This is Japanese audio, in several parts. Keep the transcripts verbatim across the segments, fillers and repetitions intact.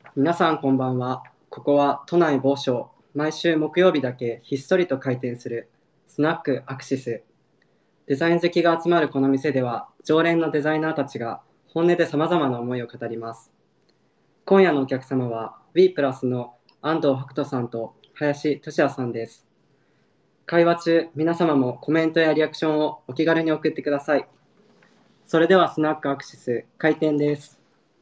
皆さんこんばんは。ここは都内某所、毎週木曜日だけひっそりと開店するスナックアクシス。デザイン好きが集まるこの店では、常連のデザイナーたちが本音で様々な思いを語ります。今夜のお客様は We プラスの安藤北斗さんと林俊也さんです。会話中、皆様もコメントやリアクションをお気軽に送ってください。それではスナックアクシス開店です。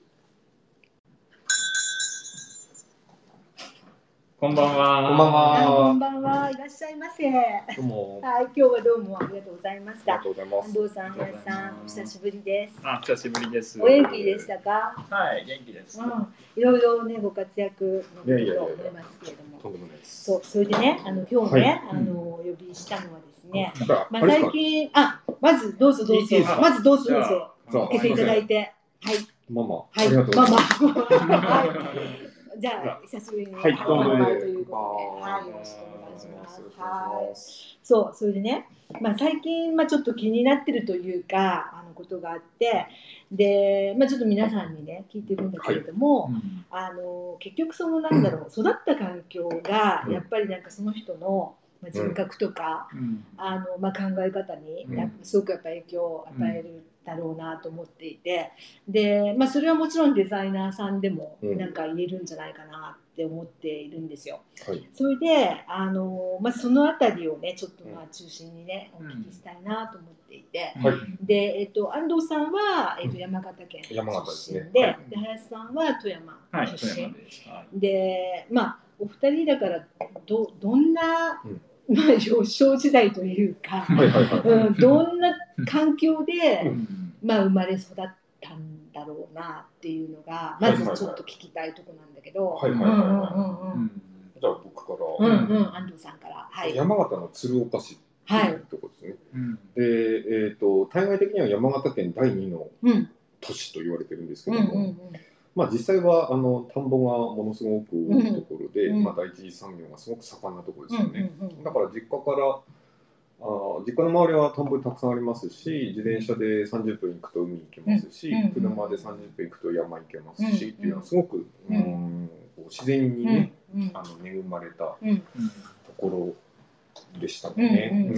こんばんは。 こんばんは。 こんばんは。いらっしゃいませ。 どうも。 はい、今日はどうもありがとうございました。 ありがとうございます。 安藤さん、林さん、お久しぶりです。 あ、久しぶりです。 お元気でしたか？ はい、元気です。 うん、いろいろね、ご活躍のことと思いますけれども。 とんでもないです。 そう、それでね、あの今日ね、 はい、 あのお呼びしたのはですね。 あまあ最近、あ、まずどうぞどうぞ、まずどうぞどうぞ、開けていただいて、はい。 ママ、 はい、 ありがとうございます。 はい。じゃあ久しぶりにはい、どうもということで、はい、よろしくお願いします。はい。そう、それでね、まあ最近まあちょっと気になってるというか、あのことがあって、で、まあちょっと皆さんにね聞いてるんだけれども、はい、あの結局そのなんだろう、育った環境がやっぱりなんかその人のまあ人格とか、うん、あのまあ考え方にやっぱすごくやっぱ影響を与える。うんだろうなと思っていて、で、まあ、それはもちろんデザイナーさんでもなんか言えるんじゃないかなって思っているんですよ。はい、それであの、まあ、そのあたりをねちょっとまあ中心にねお聞きしたいなと思っていて、はい、で、えっと、安藤さんは、えっと、山形県出身で、で、ね、で林さんは富山出身、はい、で、まあお二人だからどどんな、うんまあ、幼少時代というか、どんな環境で、うんまあ、生まれ育ったんだろうなっていうのがまずちょっと聞きたいところなんだけど、 じゃあ僕から、 うんうん、安藤さんから、 はい、山形の鶴岡市っていうところですね。はい、で、えっと対外的には山形県だいにの都市と言われてるんですけども。うんうんうんまあ、実際はあの田んぼがものすごく多いところで、うんまあ、第一次産業がすごく盛んなところですよね。うんうんうん、だから実家からあ実家の周りは田んぼたくさんありますし、自転車でさんじゅっぷん行くと海行けますし、うんうん、車でさんじゅっぷん行くと山行けますし、うんうん、っていうのはすごく、うん、こう自然にね、うんうん、あの恵まれたところでしたね。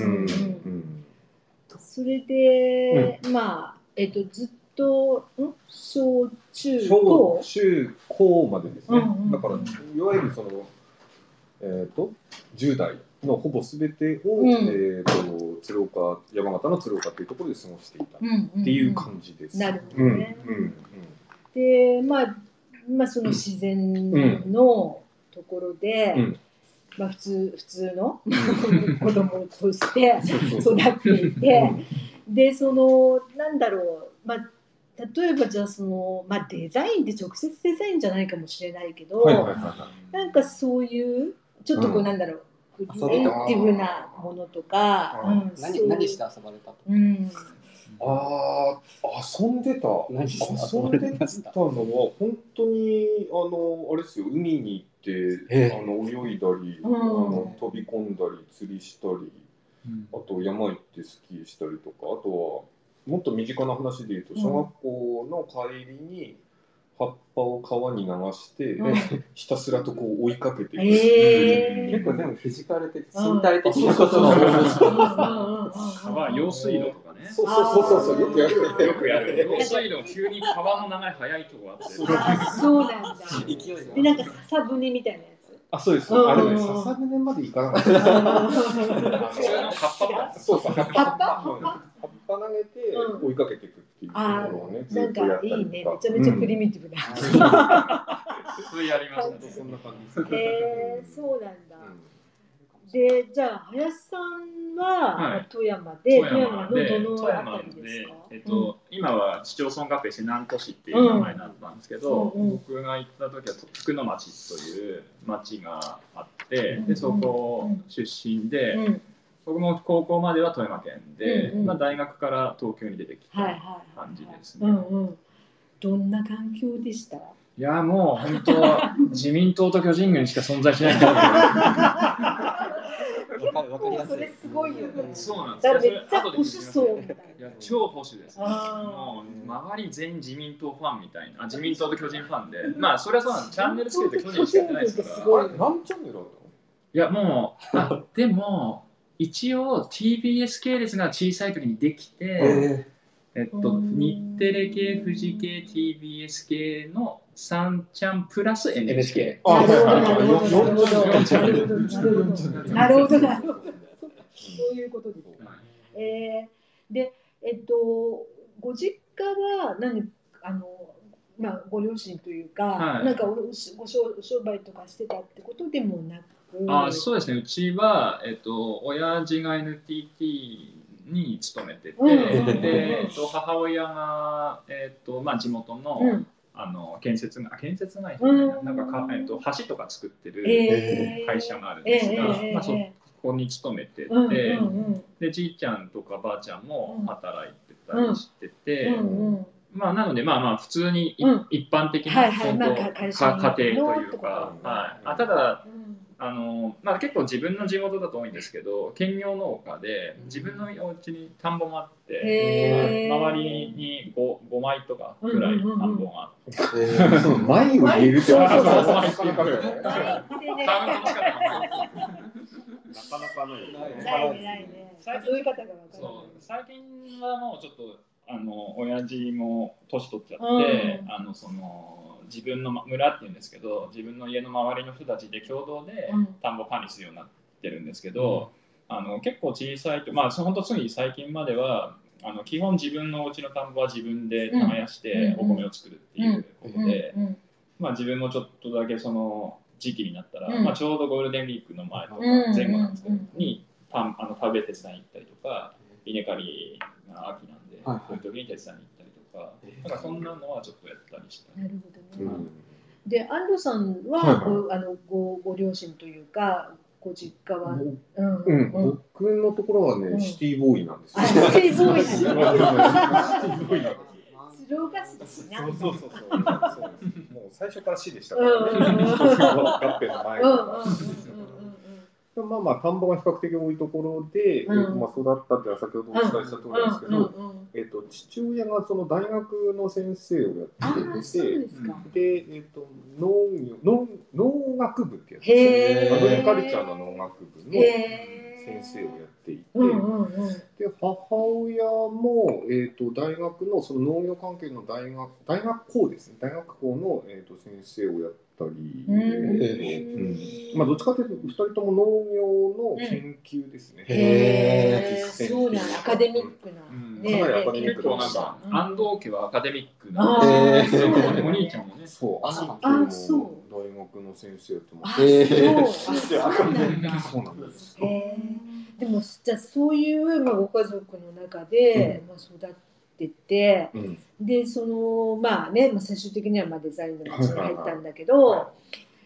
それで、うん、まあえっとずっとん小中高小中高までですね。うんうんうん、だからいわゆるそのえっとじゅう代のほぼすべてを、うん、えっと鶴岡山形の鶴岡というところで過ごしていたっていう感じです。 なるほどね。うんうんうん、で、まあまあその自然のところで。うんうんまあ、普通普通の子供として育っていてでそのなんだろう、まあ、例えばじゃあその、まあ、デザインって直接デザインじゃないかもしれないけど、はいはいはいはい、なんかそういうちょっとこうなんだろう、うん、クリエイティブなものとか、うん、 何, 何して遊ばれたと、 うんあ遊んでた遊んでたのは本当にあのあれですよ海に行ってあの泳いだり、うん、あの飛び込んだり釣りしたり、うん、あと山行ってスキーしたりとかあとはもっと身近な話で言うと小学校の帰りに葉っぱを川に流して、うん、ひたすらとこう追いかけていく、 えー、結構全部フィジカル的身体的なことの川用水路とかねそうそうそうそうよくやるよくやる用水路急に川の流れ速いとこあってあそうなんだでなんか笹舟みたいなやつあそうです、あれね笹舟まで行かなかった普通の葉っぱそうそう葉っぱ葉っぱ投げて追いかけていくっていうところをねなんかいいねめちゃめちゃプリミティブな普通やりましたそんな感じですへーそうなんだでじゃあ林さんは富山で、はい、富山のどのあたりですか？ えっと、うん、今は市町村合併して南砺市っていう名前になったんですけど、うん、僕が行った時は福の町という町があって、うん、でそこ出身で、うん、僕も高校までは富山県で、うんうんまあ、大学から東京に出てきた感じですね。 どんな環境でした？ いやもう本当自民党と巨人軍しか存在しないんだ結構それすごいよね。 そうなんです。 だからめっちゃ保守層みたいな。 いや超保守です。もう周り全員自民党ファンみたいな、自民党と巨人ファンで、まあそれはそうなんです。チャンネルつけて巨人しかやってないですから。 何チャンネルあったの？ いやもうあでも一応 ティービーエス 系列が小さい時にできて、えー、えっと日テレ系、フジ系、ティービーエス 系のさんチャンプラス エヌエイチケー。 なるほどなるほどなるほどなるほどなるほどなるほど。そういうことです。えー、でえっとご実家は何あのまあご両親というか、はい、なんかご商売とかしてたってことでもなく。 あそうですね、うちは、えっと、親父が エヌティーティー に勤めてて、で、えっと、母親が、えっとまあ、地元の、うん、あの建設が建設会社じゃないな、なんかか、えっと、橋とか作ってる会社があるんですが、えー、まあ、そこに勤めてて、うんうんうん、でじいちゃんとかばあちゃんも働いてたりしてて。うんうんうん、まあ、なのでまあまあ普通に、うん、一般的な家庭というか、はい、あただ、あのまあ、結構自分の地元だと多いんですけど、兼業農家で自分のお家に田んぼもあって、周りに 5, 5枚とかぐらい田んぼがあって、 枚を入れるってなかなかの仕方がなかなかないね。そういう方が分かる。 最近はもうちょっとあの親父も年取っちゃって、うん、あのその自分の村っていうんですけど、自分の家の周りの人たちで共同で田んぼ管理するようになってるんですけど、うん、あの結構小さいと、まあ本当つい最近まではあの基本自分のお家の田んぼは自分で耕してお米を作るっていうことで、まあ自分もちょっとだけその時期になったら、うん、まあちょうどゴールデンウィークの前とか前後なんですけど、にあの田植え手伝いに行ったりとか、稲刈りが秋なんで、はい、そういう時に手伝いに行ったりとか、なんかそんなのはちょっとやったりした。 なるほどね。うん、で安藤さんはご、はい、あの ご, ご両親というかご実家は、うんうんうん、僕のところはね、うん、シティボーイなんですよ。 シティボーイなんです。シティボーイなんです。 鶴岡市ですな。 そうそうそうそう。もう最初から市でしたからね。合併の前から。まあまあ田んぼが比較的多いところで、うん、えーとまあ、育ったっていうのは先ほどお伝えした通りなんですけど、えーと父親がその大学の先生をやってて、で、えーと農業農農学部ってやつですね。アグリカルチャーの農学部の先生をやっていて、で母親も、えー、と大学のその農業関係の大学大学校ですね、大学校の、えー、と先生をやったり、えーうんまあ、どっちかというとふたりとも農業の研究ですね。 うん、へー、そうなん、アカデミックな、 うんね、かなりアカデミックな。 なんか安藤家はアカデミックな、えー、お兄ちゃんもね、 そう、兄貴も大学の先生やってます。 えー、そうなんです。でもじゃあそういう、まあ、ご家族の中で、うんまあ、育ってて、うん、でそのまあね、まあ、最終的にはまあデザインの道に入ったんだけど、はいはいはい、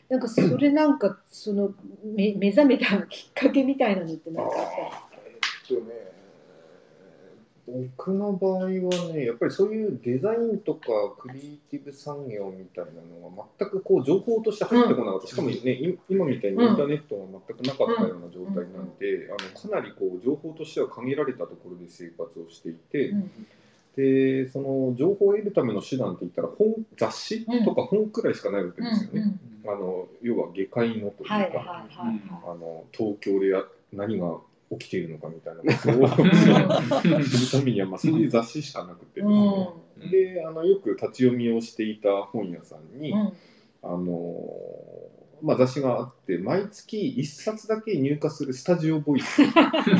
なんかそれなんかその目目覚めたきっかけみたいなのって何かあったんですか？ えっとね、僕の場合はね、やっぱりそういうデザインとかクリエイティブ産業みたいなのは全くこう情報として入ってこなかった、うん、しかもね今みたいにインターネットが全くなかったような状態なんで、うん、あのかなりこう情報としては限られたところで生活をしていて、うん、でその情報を得るための手段って言ったら本雑誌とか本くらいしかないわけですよね。うん、あの要は下界のというか、はいはいはいはい、あの東京でや何が起きているのかみたいなことをするためには、まあ、そういう雑誌しかなくてですね、うん、であのよく立ち読みをしていた本屋さんに、うん、あのまあ、雑誌があって毎月いっさつだけ入荷するスタジオボイスいっ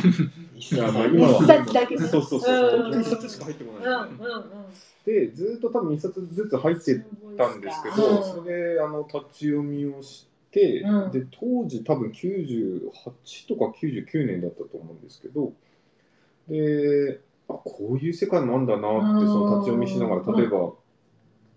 さつだけ、ね、 そうそうそう、いっさつしか入ってこないんですよね、うんうんうん、でずっと多分いっさつずつ入ってたんですけど、それであの立ち読みをしてうん、で当時多分きゅうじゅうはちとかきゅうじゅうきゅうねんだったと思うんですけど、であこういう世界もあるんだなってその立ち読みしながら、例えば、うん、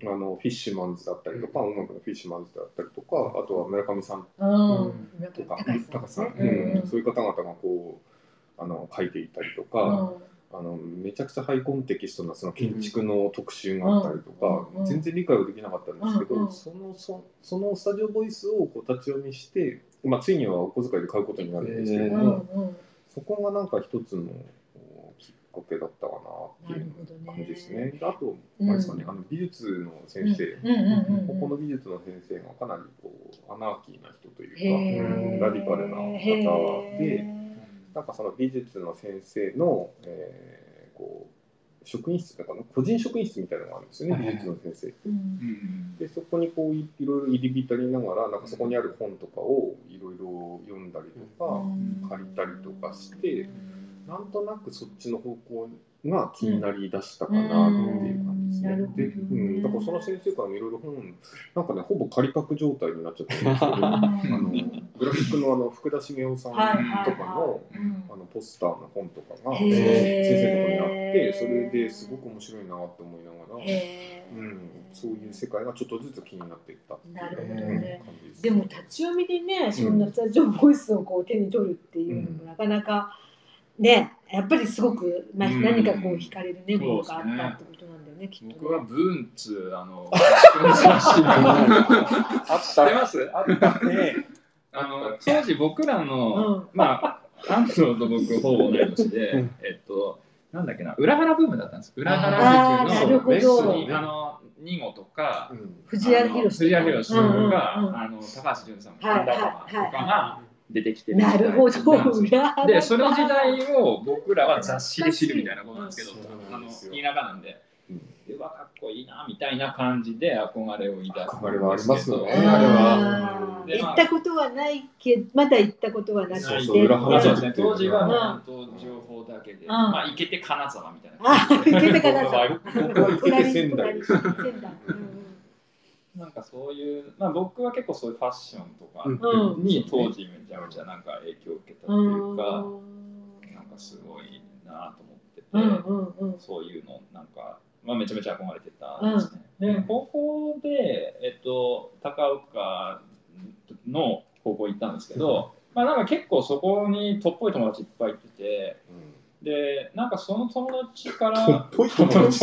あのフィッシュマンズだったりとか、うん、音楽のフィッシュマンズだったりとか、あとは村上さんとか高橋さん、うん、そういう方々がこうあの書いていたりとか、 あのめちゃくちゃハイコンテキストなその建築の特集があったりとか、うん、全然理解はできなかったんですけど、うん、そのそそのスタジオボイスをこう立ち読みして、まあ、ついにはお小遣いで買うことになるんですけども、うん、そこがなんか一つのきっかけだったかなっていう感じですね。あと、あれですかね、あの美術の先生、ここの美術の先生がかなりこうアナーキーな人というか、ラディカルな方で、なんかその美術の先生の、えー、こう職員室とかの個人職員室みたいなのがあるんですよね、美術の先生って。で、そこにこういろいろ入り浸りながら、なんかそこにある本とかをいろいろ読んだりとか、借りたりとかして、なんとなくそっちの方向が気になりだしたかなっていう感じですね。で、うん、だからその先生からもいろいろ本、なんかね、ほぼ仮パク状態になっちゃってるんですけど、あのグラフィックのあの福田茂雄さんとかのあのポスターの本とかがその先生のところにあって、それですごく面白いなと思いながら、うん、そういう世界がちょっとずつ気になっていったっていう感じです。 でも立ち読みでね、そんなスタジオボイスをこう手に取るっていうのもなかなかね、やっぱりすごく、まあ、何かこう惹かれるね、ものがあったってことなんだよね、きっとね。 僕はブーンツあのあってますあったね。あの当時僕らの、うん、まあ安藤と僕ほぼ同い年で、うん、えっとなんだっけな、裏原ブームだったんです。裏原塾のメスにあのニゴとか、うん、 藤原宏藤原宏とか、うんうんうん、あの高橋純さんの神田川とかが出てきてるなるほど。 で、その時代を僕らは雑誌で知るみたいなことなんですけど、あの田舎なんで、うわ、かっこいいなみたいな感じで憧れを抱くんですけど、 あれは行ったことはないけど、まだ行ったことはなくて、 当時は本当情報だけで、まあ行けて金沢みたいな。 あ、行けて金沢。 僕は行けて仙台。 なんかそういう、まあ、僕は結構そういうファッションとかに当時めちゃめちゃなんか影響を受けたっていうか、なんかすごいなと思ってて、うんうんうん、そういうのなんか、まあ、めちゃめちゃ憧れてたんですね。うん、で高校で、えっと、高岡の高校行ったんですけど、まあ、なんか結構そこにとっぽい友達いっぱいいてて、うん、でなんかその友達からとっぽい友達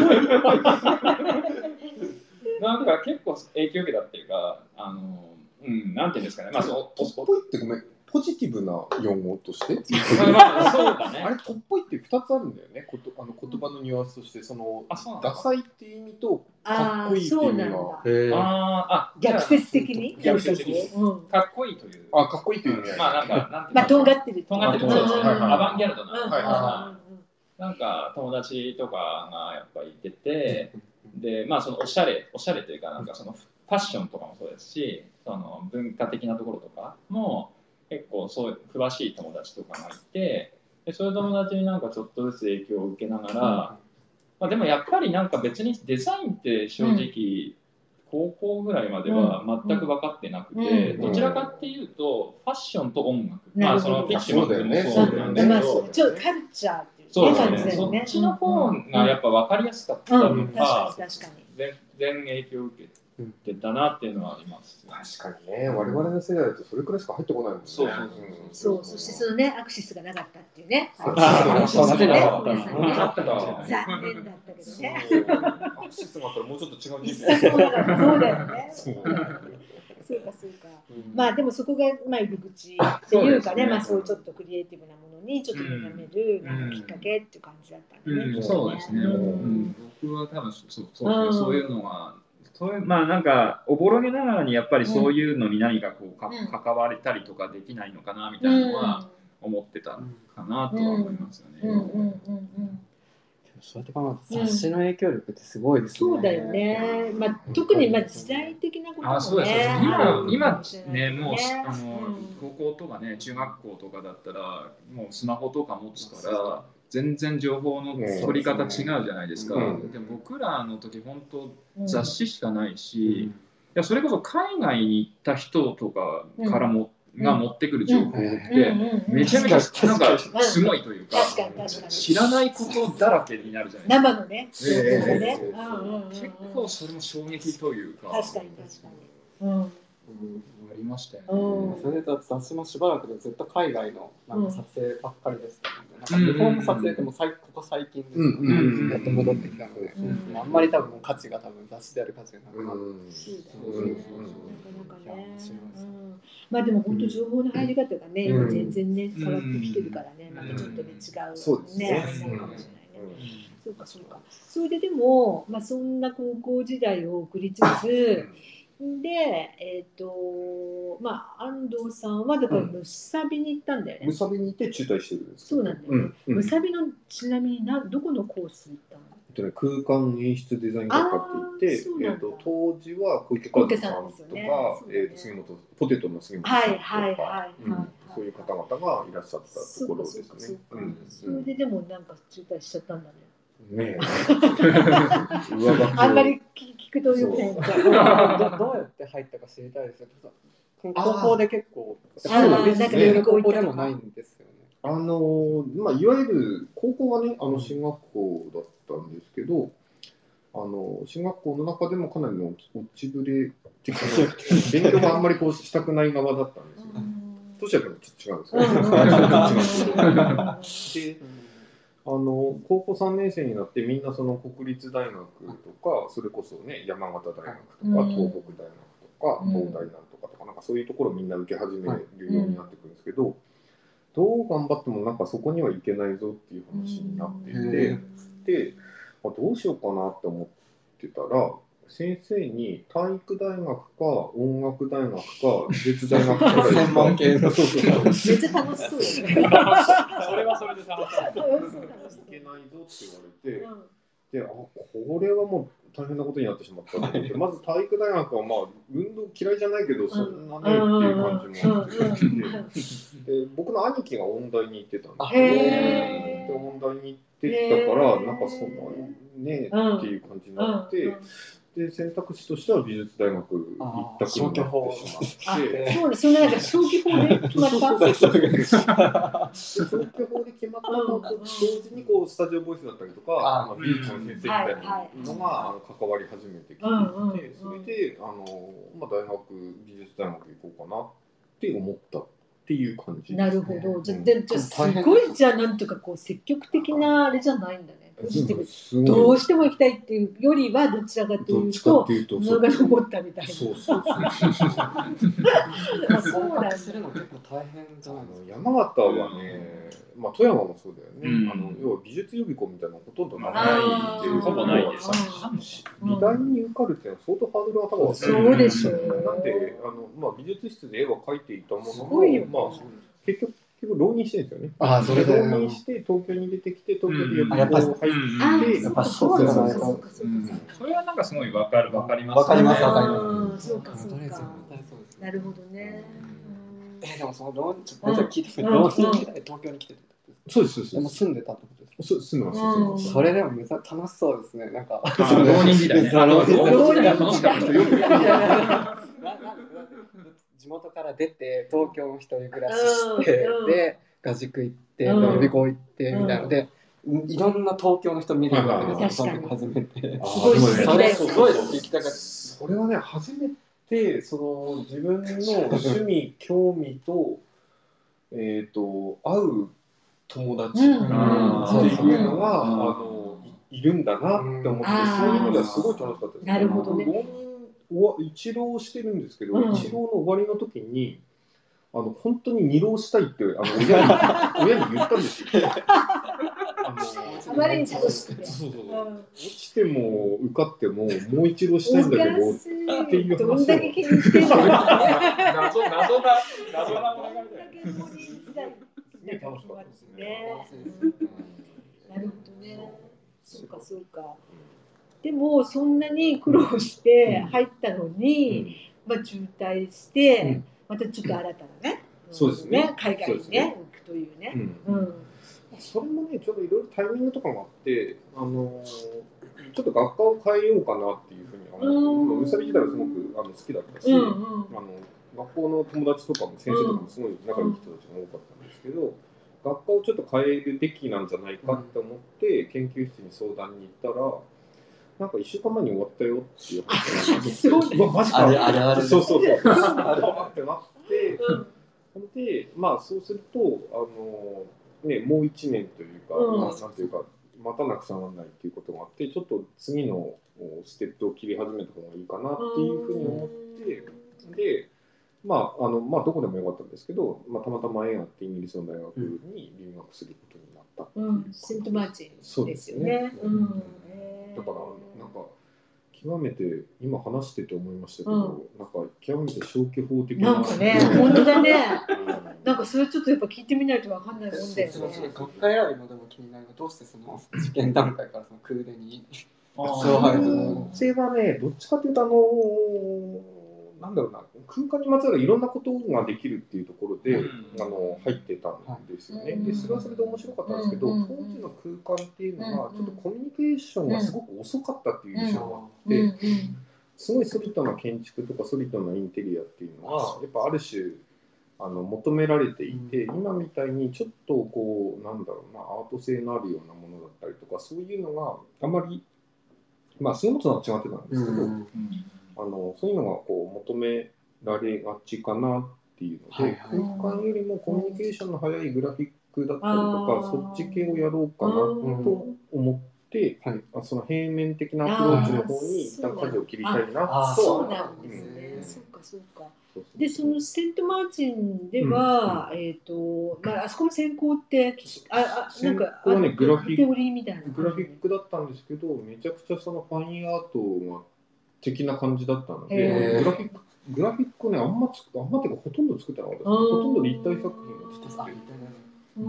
なんか結構影響を受けたっていうか、あの、うん、なんていうんですかね、まあ、 そう、とっぽいってごめん、ポジティブな用語としてまあ、そうだね。 あれ、とっぽいってふたつあるんだよね、ことあの言葉のニュアンスとして、その、ダサいっていう意味と、かっこいいっていう意味が。ああ、逆説的に逆説的に。かっこいいという。 あ、かっこいいという意味。 まあ、なんか、なんていうのまあ、とんがってる。 とんがってる。アバンギャルドな。なんか、友達とかがやっぱりいてて、でまあ、そのおしゃれおしゃれというか、なんかそのファッションとかもそうですし、その文化的なところとかも結構そういう詳しい友達とかがいて、でそういう友達になんかちょっとずつ影響を受けながら、まあ、でもやっぱりなんか別にデザインって正直高校ぐらいまでは全く分かってなくて、どちらかっていうとファッションと音楽、まあそのピッチもそうなんだけど、 ちょっとカルチャーそうですね、そっちの方がやっぱ分かりやすかったのか、全然影響を受けてたなっていうのはあります。 確かにね、我々の世代だとそれくらいしか入ってこないもんね。 そうそうそう、そしてそのね、アクシスがなかったっていうね。 残念だったけどね。アクシスがあったらもうちょっと違う人生。 そうだよね。そうかそうか、うん、まあでもそこがまあ入り口っていうかね、まあそういうちょっとクリエイティブなものにちょっと目覚めるなんかきっかけっていう感じだったんでね、 うんうん、そうですね、うん、僕は多分そうそうそう、そういうのがそういうまあなんかおぼろげながらにやっぱりそういうのに何かこうか、うん、関われたりとかできないのかなみたいなのは思ってたかなとは思いますよね。 そうやって考えると雑誌の影響力ってすごいですね。 そうだよね。まあ特にまあ時代的なこともね。 あ、そうです。今今ねもうあの高校とかね中学校とかだったらもうスマホとか持つから全然情報の取り方違うじゃないですか。でも僕らの時本当雑誌しかないし、いやそれこそ海外に行った人とかからも。が持ってくる情報ってめちゃめちゃなんかすごいというか知らないことだらけになるじゃないですか。 生のね。結構それも衝撃というか。 確かに確かに。うん。 ありましたよね。 それと雑誌もしばらくでずっと海外のなんか撮影ばっかりでしたので、なんか日本の撮影ってもうここ最近ですよね、やっと戻ってきたので、あんまり多分価値が多分雑誌である価値がなくなって、 まあでも本当情報の入り方がね、今全然ね変わってきてるからね、またちょっとね違うねあれなのかもしれないね。そうかそうか。それででもまあそんな高校時代を送りつつ。で、えっ、ー、と、まあ、安藤さんはだからむさびに行ったんだよね。 むさびに行って中退してるんです。 そうなんだよね。むさびのちなみになどこのコース行ったの？ えっとね、空間演出デザイン学科って言って、えっと当時は小池和さんとか、ねえっと杉本ポテトの杉本さんとか、そういう方々がいらっしゃったところですね。 それででもなんか中退しちゃったんだね。 ねえあんまり聞くとよくない。 どうやって入ったか知りたいですよ。高校で結構、美術系の高校でもないんですよね。 あのまあいわゆる高校はね、あの進学校だったんですけど、あの進学校の中でもかなりの落ちぶれっていうか、勉強があんまりこうしたくない側だったんですよ。トシヤ君とちょっと違うんですけど。あの高校さんねん生になってみんなその国立大学とか、それこそね山形大学とか、東北大学とか、東大なんとかとか、なんかそういうところをみんな受け始めるようになってくるんですけど、どう頑張ってもなんかそこにはいけないぞっていう話になっていて、でどうしようかなって思ってたら、先生に体育大学か音楽大学か美術大学か専門系のそうそうめっちゃ楽しそうですね。それはそれで楽しそう。 いけないぞって言われて、で、あ、これはもう大変なことになってしまったと思って、まず体育大学はまあ運動嫌いじゃないけどそんなねっていう感じもあって、で、僕の兄貴が音大に行ってたんですよ。で、音大に行ってたからなんかそんなねっていう感じになって。で選択肢としては美術大学一択になってしまって、 そうです。そんななんか消去法で決まった。 消去法で決まったのと同時にこうスタジオボイスだったりとか、あの美術の先生みたいなのがあの関わり始めてきていて、それであのまあ大学美術大学行こうかなって思ったっていう感じですね。 なるほど。じゃじゃすごいじゃあなんとかこう積極的なあれじゃないんだね。ポジティブどうしても行きたいっていうよりはどちらかというと物が残ったみたいな。 そうそうそう。 そうなんするの結構大変じゃないですか。 山形はね、まあ富山もそうだよね。あの要は美術予備校みたいなのほとんどないっていうほぼないです。 美大に受かるっていうのは相当ハードルが高かった。 そうでしょう。 なんであのまあ美術室で絵は描いていたものの、まあ結局結構浪人してるんですよね。 ああ、それで浪人して東京に出てきて東京で予備校入って、 やっぱそうですね。 それはなんかすごいわかるわかります。 わかりますわかります。 そうかそうか。なるほどね。 えでもその浪人ちょっと聞いてみて、浪人時代東京に来てた。 そうですそうです。 でも住んでたってことですか。 住んでます。 それでもめちゃ楽しそうですね。なんか浪人時代ね。浪人楽しかった。 地元から出て東京の一人暮らししてで合宿行って予備校行ってみたいなのでいろんな東京の人見るわけですよ。その時初めて。それすごい聞きたかった。 それはね初めてその自分の趣味興味とえっと合う友達っていうのがあのいるんだなって思って、そういう意味ではすごい楽しかったです。 なるほどね。 一浪してるんですけど、一浪の終わりの時にあの本当に二浪したいってあの親に親に言ったんですよ。 あのあまりに楽しくて。 そうそうそう。落ちても受かってももう一浪したいんだけどっていう話を。 どんだけ気にしてるの。謎謎な謎なものがね楽しかったですね。 なるほどね。そうかそうか。でもそんなに苦労して入ったのに、まあ中退して、またちょっと新たなね、 そうですね、 海外にね行くというね。 それもねちょっといろいろタイミングとかがあって、あのちょっと学科を変えようかなっていうふうに思って、むさび自体はすごくあの好きだったし、あの学校の友達とかも先生とかもすごい仲良い人たちが多かったんですけど、学科をちょっと変えるべきなんじゃないかって思って研究室に相談に行ったら。 なんかいっしゅうかんまえに終わったよっていう話なんですけど、 マジか。 あれあれあれ。 そうそうそう。あれってなって、で、まあそうするとあのねもういちねんというか、まあなんていうか待たなくちゃならないっていうことがあって、ちょっと次のステップを切り始めた方がいいかなっていうふうに思って、で。まああのまあ、どこでもよかったんですけど、まあ、たまたま縁あってイギリスの大学に留学することになったっていう、 うん、セントマーチンですよね。うん、 だからなんか極めて今話してて思いましたけど、うん、なんか極めて消去法的ななんかね本当だねなんかそれちょっとやっぱ聞いてみないとわかんないもんだよね。 学科選びもでも気になるのがどうしてその受験段階からそのクーデにそう入るの？それはねどっちかというとあのなんだろうな空間にまつわるいろんなことができるっていうところで、うん、あの入ってたんですよね。でそれはそれで面白かったんですけど、当時の空間っていうのがちょっとコミュニケーションがすごく遅かったっていう印象があって、すごいソリッドな建築とかソリッドなインテリアっていうのはやっぱある種あの求められていて、今みたいにちょっとこうなんだろうなアート性のあるようなものだったりとかそういうのがあまりまあそういうことは違ってたんですけど、うん、あのそういうのがこう求められがちかなっていうので、はいはい、空間よりもコミュニケーションの早いグラフィックだったりとかそっち系をやろうかなと思って、はい、その平面的なアプローチの方に一旦舵を切りたいなと。 そうなんですね。そうかそうか。でそのセントマーチンでは、うんうん、えっ、ー、とまああそこの専攻ってああなんかはねグラフィックテオリーみたいなグラフィックだったんですけどめちゃくちゃそのファインアートが的な感じだったのでグラフィックグラフィックねあんまつあんまていうかほとんど作ってなかったです。ほとんど立体作品を作って、うん、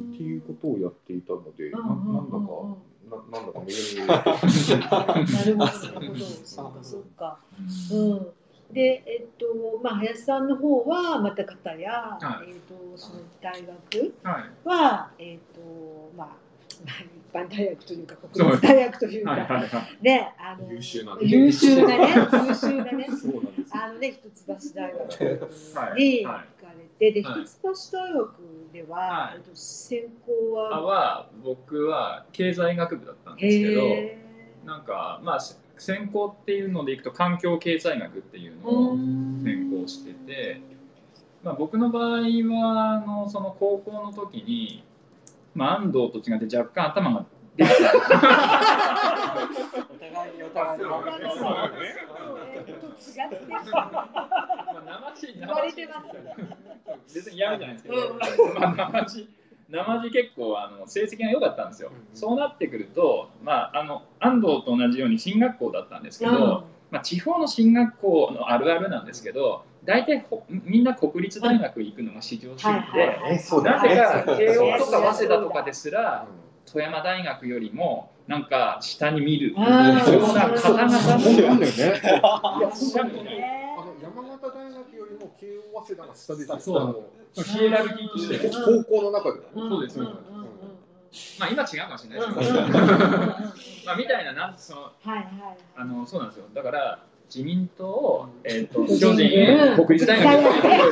っていうことをやっていたので、ななんだかななんだかめぐみなるほどなるほどそうかそうかうん。で、えっと、まあ、林さんの方は、また方や、はい、えっと、その大学は、はい、えっと、まあ、一般大学というか、国立大学というか、ね、あの、優秀なね、優秀なね、優秀なね、あのね、一橋大学に行かれて、で、一橋大学では、はい、えっと、専攻は、 は、僕は経済学部だったんですけど、なんか、まあ、専攻っていうのでいくと環境経済学っていうのを専攻してて、まあ、僕の場合はあのその高校の時に、まあ、安藤と違って若干頭が出てた。お互いにお互いに。別に嫌じゃないですけど、生地生地結構あの成績が良かったんですよ。うん、そうなってくると、まあ、あの安藤と同じように進学校だったんですけど、うん、まあ、地方の進学校のあるあるなんですけど大体みんな国立大学行くのが至上主義で、なぜか慶応とか早稲田とかですら富山大学よりもなんか下に見るような方々もいらっしゃるんで。 山形大学よりも慶応早稲田が下ですよ。 そうヒエラルキーとして高校の中では。 そうですね。まあ今違うかもしれないですけど、まあみたいななんそのあのそうなんですよ。だから自民党えっと巨人国立大学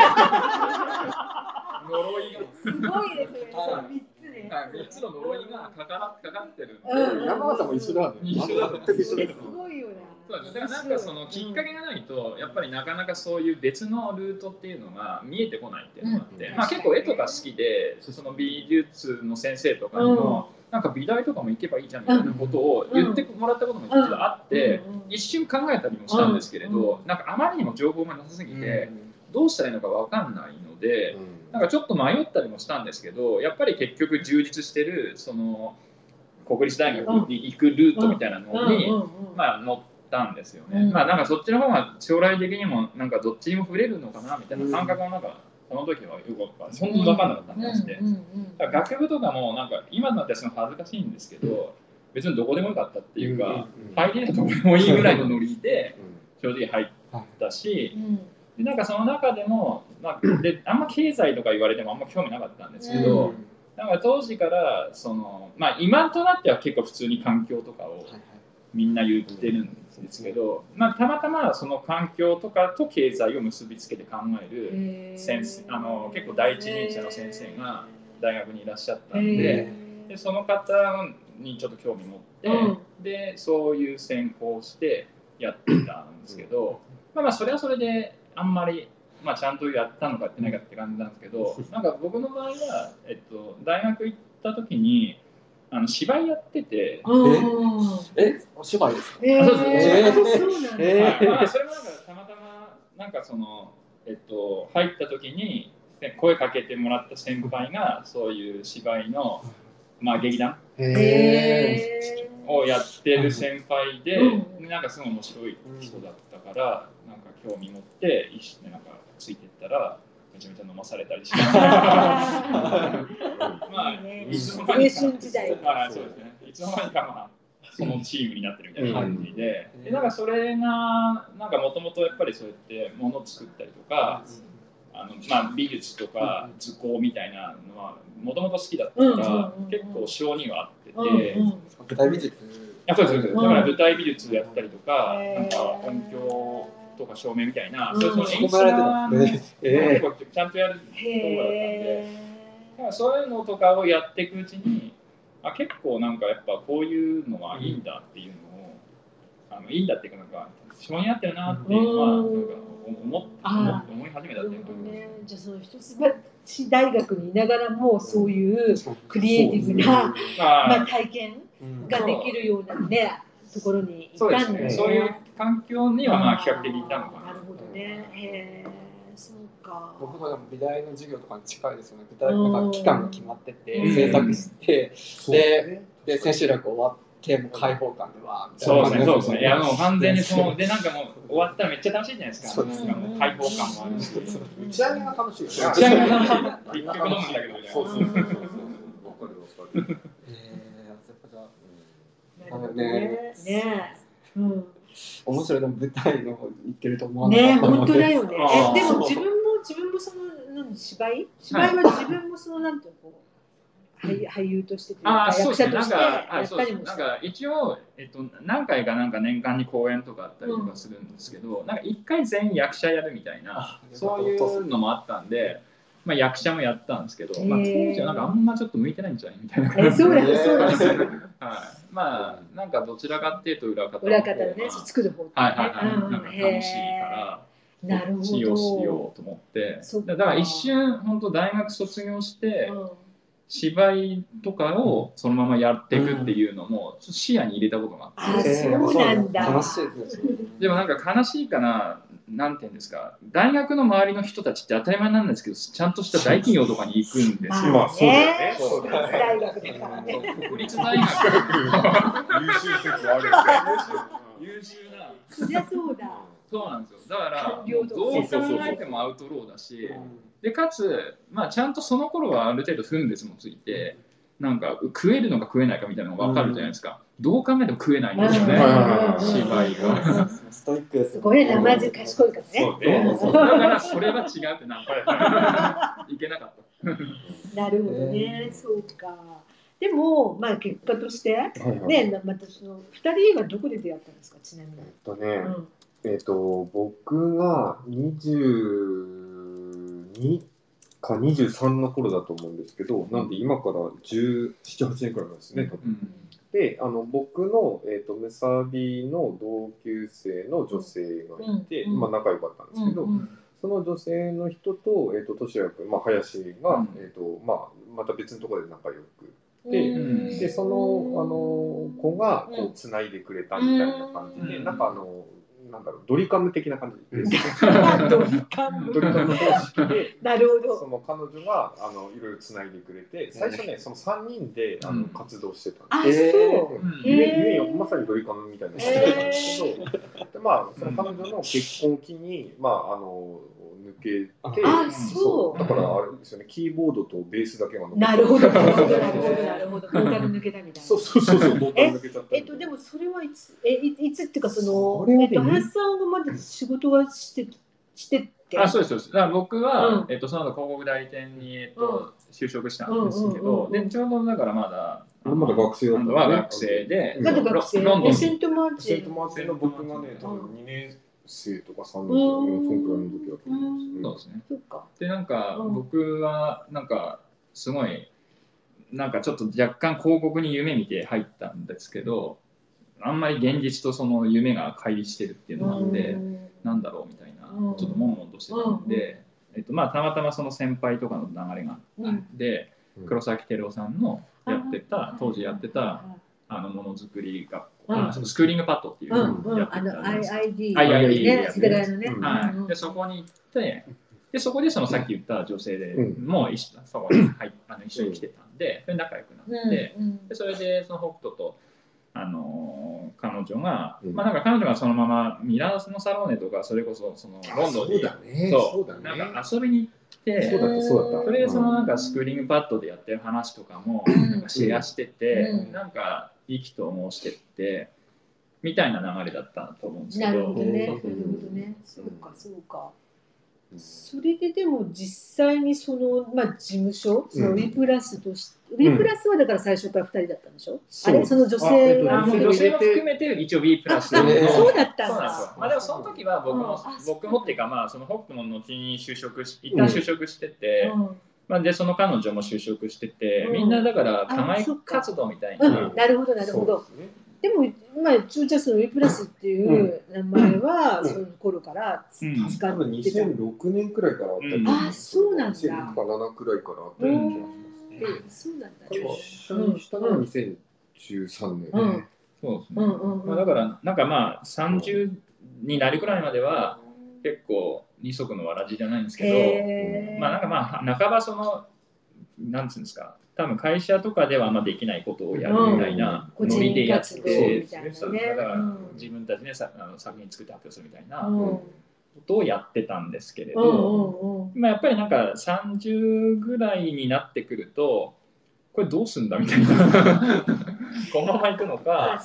呪いがすごいですね。 みっつの呪いがかかかかってる。 山形も一緒だね。 一緒だね。 すごいよね。 そうです。だからなんかそのきっかけがないとやっぱりなかなかそういう別のルートっていうのが見えてこないっていうのがあって、うん、まあ結構絵とか好きでその美術の先生とかにも、うん、なんか美大とかも行けばいいじゃんみたいなことを言ってもらったことも実はあって、うん、一瞬考えたりもしたんですけれど、なんかあまりにも情報がなさすぎてどうしたらいいのかわかんないので、なんかちょっと迷ったりもしたんですけど、やっぱり結局充実してるその国立大学に行くルートみたいなのにまあ乗ったんですよね。うん、まあなんかそっちの方が将来的にもなんかどっちにも触れるのかなみたいな感覚の中、その時はよくそんなに分かんなかったんですね。学部とかもなんか今の私も恥ずかしいんですけど、別にどこでもよかったっていうか、入れるとこでもいいぐらいのノリで正直入ったし、でなんかその中でも、まあ、であんま経済とか言われてもあんま興味なかったんですけど、なんか当時からその、まあ、今となっては結構普通に環境とかをみんな言ってるんですけど、まあ、たまたまその環境とかと経済を結びつけて考える先生、あの結構第一人者の先生が大学にいらっしゃったんで、 でその方にちょっと興味持って、うん、でそういう専攻をしてやってたんですけど、まあまあそれはそれであんまり、まあ、ちゃんとやったのかやってないかって感じなんですけど、なんか僕の場合は、えっと、大学行った時にあの芝居やってて、 ええお芝居ですか？ えー、あそうです、 えー、そうなんだ、 えーまあ、それもなんかたまたまなんかその、えっと、入った時に声かけてもらった先輩がそういう芝居の、まあ、劇団をやってる先輩で、うん、なんかすごい面白い人だったからなんか興味持って一緒になんかついていったらめちゃめちゃ飲まされたりしてまあいつの間にか、まあそうですね、いつの間にかまあそのチームになってるみたいな感じで、うん、でなんかそれがなんかもともとやっぱりそうやって物を作ったりとか、あのまあ、美術とか図工みたいなのはもともと好きだったから、うん、結構性には合ってて、うん、 舞台美術あそうですそうです、だから舞台美術やったりとか、なんか音響とか照明みたいな、うん、そういう演出が結構ちゃんとやるところだったんで、だからそういうのとかをやっていくうちにあ結構なんかやっぱこういうのがいいんだっていうのを、うん、あのいいんだっていうかなんか性に合ってるなっていうのはなんか思って思い始めたっていうか、 ね、じゃあその一橋大学にいながらもそういうクリエイティブな、まあ、体験ができるようなねところに行ったんだよね。 そういう環境にはまあ比較的いたのかな。 なるほどね。へー、そうか。 僕もでも美大の授業とかに近いですよね。舞台なんか期間が決まってて制作して、でで千秋楽終わっても開放感ではみたいな感じですね。 そうですね。いやもう完全にそのでなんかもう終わったらめっちゃ楽しいじゃないですか。そうですね。開放感もあるし。 打ち上げが楽しいよね。 打ち上げが楽しい。一曲飲むんだけどみたいな。 そうそうそうそう。わかるわかる。 あのね、ね、うん、面白いでも舞台の方に行ってると思わなかったね、本当だよね。え、でも自分も自分もそのなん芝居、芝居は自分もそのなんていうのこう俳俳優としてというか役者としてやったりもした。 なんか一応えっと何回かなんか年間に公演とかあったりとかするんですけど、なんか一回全員役者やるみたいなそういうのもあったんで。まあ役者もやったんですけど、まあ、当時はなんかあんまちょっと向いてないんじゃないみたいな感じで、 そうだそうだ、はい、 まあなんかどちらかっていうと裏方の裏方のね作る方ね、 はいはいはい、なんか楽しいからなるほど使用しようと思ってだから一瞬本当大学卒業して、うん、芝居とかをそのままやっていくっていうのも視野に入れたことがあって、 うん、あ、そうなんだ。 悲しいですね。 でもなんか悲しいかな。なんていうんですか、大学の周りの人たちって当たり前なんですけど、ちゃんとした大企業とかに行くんですよ。 まあそうだよね。そうだよね。大学だからね。 国立大学。 優秀説あるよね。 優秀な。 そりゃそうだ。 そうなんですよ。だからどう考えてもアウトローだし、でかつまあちゃんとその頃はある程度分別もついて。なんか食えるのか食えないかみたいなのが分かるじゃないですか。うん、どう考えても食えないんですよね。芝居が。 ストイックです。 すごいなまじ賢いからね。 そうだからそれは違うってなんかいけなかった。 なるほどね。そうか。でもまあ結果としてね、またその二人はどこで出会ったんですか、ちなみに。 えっとね、えっと僕がにじゅうにかにじゅうさんの頃だと思うんですけど、なんで今からじゅうなな、はちねんくらい前ですね、多分。うん、で、あの僕の、えーと、ムサビの同級生の女性がいて、うん、まあ仲良かったんですけど、うんうん、その女性の人と、えーと、としやくん、まあ、林が、うん、えーとまあ、また別のところで仲良くて、うん、で、その、あの子がこう繋いでくれたみたいな感じで、うん、なんかあの、なんだろうドリカム的な感じです。 ドリカム。 ドリカム方式で、 なるほど。 その彼女があのいろいろつないでくれて、最初ねそのさんにんであの活動してたんです。あ、そう。 ゆえまさにドリカムみたいなしてたんですけど、でまあその彼女の結婚を機にまああの抜けて、 あ、そう。 だからあれですよね、キーボードとベースだけが残って。 なるほどなるほどなるほどなるほど。ボーカル抜けたみたいな。 そうそうそうそう。ボーカル抜けちゃった。 えっとでもそれはいつえいつっていうかそのえっと林さんがまだ仕事はしてしてって。 あ、そうですそうです。だから僕はえっとその後広告代理店にえっと就職したんですけど、でちょうどだからまだまだ学生だった。 は学生で。 まだ学生。ロンドン。セントマーチン。 セントマーチンの僕がね多分にねん生とかさんねん生そんくらいの時だと思います。 そうですね。でなんか僕はなんかすごいなんかちょっと若干広告に夢見て入ったんですけど、あんまり現実とその夢が乖離してるっていうのがあって、なんだろうみたいな、ちょっと悶々としてたんで、えっとまあ、たまたまその先輩とかの流れがあって、黒崎照夫さんのやってた当時やってたあのものづくり学校、あそのスクーリングパッドっていうのをやってたんです。アイアイディー でそこに行ってでそこでそのさっき言った女性でもう一緒そこに入あの一緒に来てたんで、それ仲良くなって、でそれでその北斗とあの彼女が、うん、まあなんか彼女がそのままミラーのサローネとかそれこそそのロンドンにそう、なんか遊びに行ってそうだったそうだったそれでそのなんかスクーリングパッドでやってる話とかもなんかシェアしてて、うん、なんか意気投合してってみたいな流れだったと思うんですけど。 なるほどね、なるほどね、そうかそうか。それででも実際にその、まあ、事務所、そのウィプラスとして、うん、ウィプラスはだから最初からふたりだったんでしょ、うん、あれその女性は、えっと、女性も含めて一応ウィプラスのそうだったんだ。 まあでもその時は僕も、うん、僕もっていうかまあその北斗の後に就職し一旦就職してて、うんまあ、でその彼女も就職してて、うん、みんなだから課外活動みたいな、 うん、なるほどなるほど。でも、まあ、一応じゃあそのウィプラスっていう名前は、その頃から使ってた、 うん、にせんろくねんくらいからあったり、うん、 あ、そうなんだ。にせんろくかななくらいからあったり気がしますね。そうなんだ。会社にしたのはにせんじゅうさんねん。うん、 そうですね。まあだからなんかまあさんじゅうになるくらいまでは結構二足のわらじじゃないんですけど、まあなんかまあ半ばそのなんつうんですか。多分会社とかではあんまできないことをやるみたいなノリでやって、だから自分たちでさあの作品作って発表するみたいなことをやってたんですけれど、まあやっぱりなんかさんじゅうぐらいになってくるとこれどうすんだみたいなこのままいくのか、はい、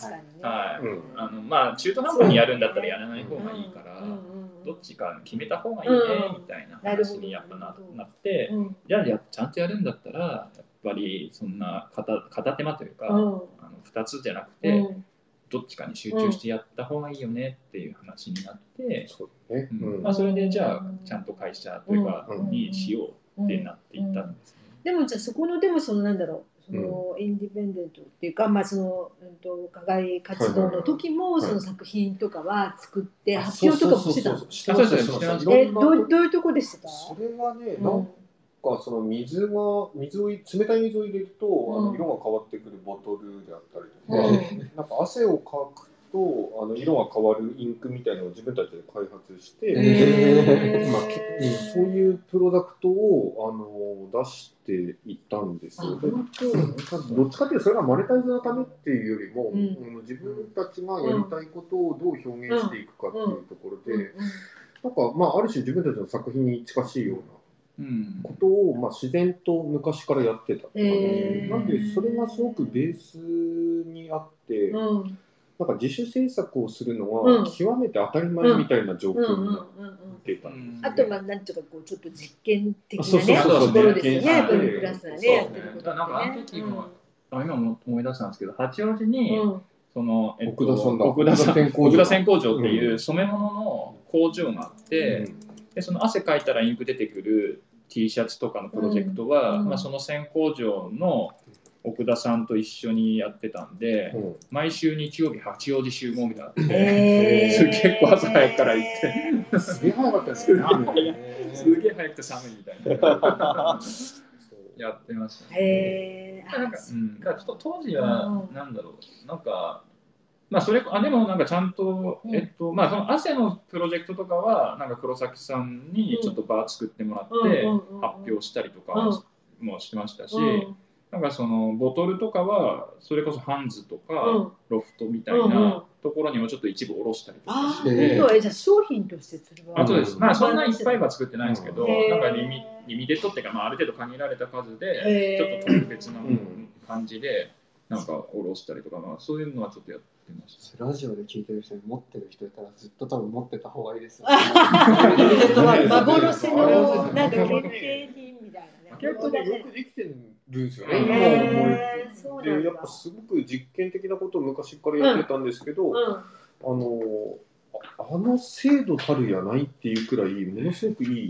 あのまあ中途半端にやるんだったらやらない方がいいから。どっちか決めた方がいいねみたいな話にやっぱ な, なって、うん、じゃあやちゃんとやるんだったらやっぱりそんな 片, 片手間というか、うん、あのふたつじゃなくて、うん、どっちかに集中してやった方がいいよねっていう話になって、うんまあ、それでじゃあちゃんと会社というかにしようってなっていったんですね。 でもじゃあそこのでもそのなんだろうそのインディペンデントっていうか、まあそのうんと課外活動の時もその作品とかは作って発表とかもしてたの？ してましたしてました。 えどうどういうとこでしてた？ それはねなんかその水が水を冷たい水を入れるとあの色が変わってくるボトルであったりとか、なんか汗をかくとあの色が変わるインクみたいなのを自分たちで開発して、まあそういうプロダクトをあの出していったんですよ。どっちかというとそれがマネタイズのためっていうよりも、うん、自分たちがやりたいことをどう表現していくかっていうところで、なんかまあある種自分たちの作品に近しいような。ことを、まあ、自然と昔からやってたって感じです。なんでそれがすごくベースにあって、うん、なんか自主制作をするのは極めて当たり前みたいな状況になってたんです。 あとまあなんていうかこうちょっと実験的なねところですよね。このクラスがねやってることね。 なんかあの時も、うん、今も思い出したんですけど、八王子に、うん、そのえっと、 奥田さんだ奥田線工場っていう染め物の工場があって、うんでその汗かいたらインク出てくる T シャツとかのプロジェクトは、うんまあ、その線工場の奥田さんと一緒にやってたんで、うん、毎週日曜日八王子集合みたいなのあって、えー、結構朝早くから行ってすげえ早かったですねすげえ早くて寒いみたいなやってましたね。えー、なんか、うん、だからちょっと当時はなんだろうなんかまあそれあでもなんかちゃんと、えっとまあその汗のプロジェクトとかはなんか黒崎さんにちょっとバー作ってもらって発表したりとかもしてましたし、なんかそのボトルとかはそれこそハンズとかロフトみたいなところにもちょっと一部下ろしたりとかして、 ああ、じゃあ商品としてそれは。 あとです。まあそんないっぱいは作ってないんですけど、なんかリミリミテッドっていうかまあある程度限られた数でちょっと特別な感じでなんか下ろしたりとかまあそういうのはちょっとやって。 ラジオで聞いてる人に持ってる人いたらずっと多分持ってた方がいいですよ。 幻のなんか限定品みたいなね。 結構よくできてるんですよね。えー、でやっぱすごく実験的なことを昔からやってたんですけど、うんうん、あのあの精度たるやないっていうくらいものすごくいい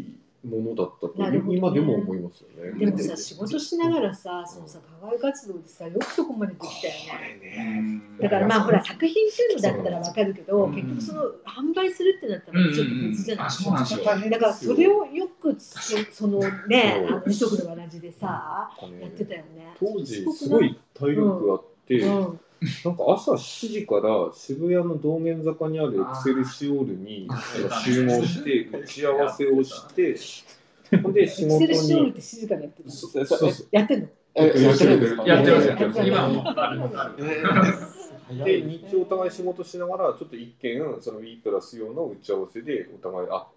ものだったと、ね、今でも思いますよね。 でもさ、仕事しながらさ、そのさ、課外活動でさ、よくそこまでできたよね。ねだからまあほら、作品っていうのだったらわかるけど、結局その販売するってなったらちょっと別じゃないですか。だからそれをよくそのね、あの二足のわらじでさ、やってたよね。 当時すごい体力があって、なんか朝しちじから渋谷の道玄坂にあるエクセルシオールに集合して打ち合わせをして、ほんで仕事に。エクセルシオールってしちじからやってるの？やってんの？ やってるんですか？やってますやってます。今もあるある。 で日中お互い仕事しながらちょっと一件その WePlus プラス用の打ち合わせでお互い会って、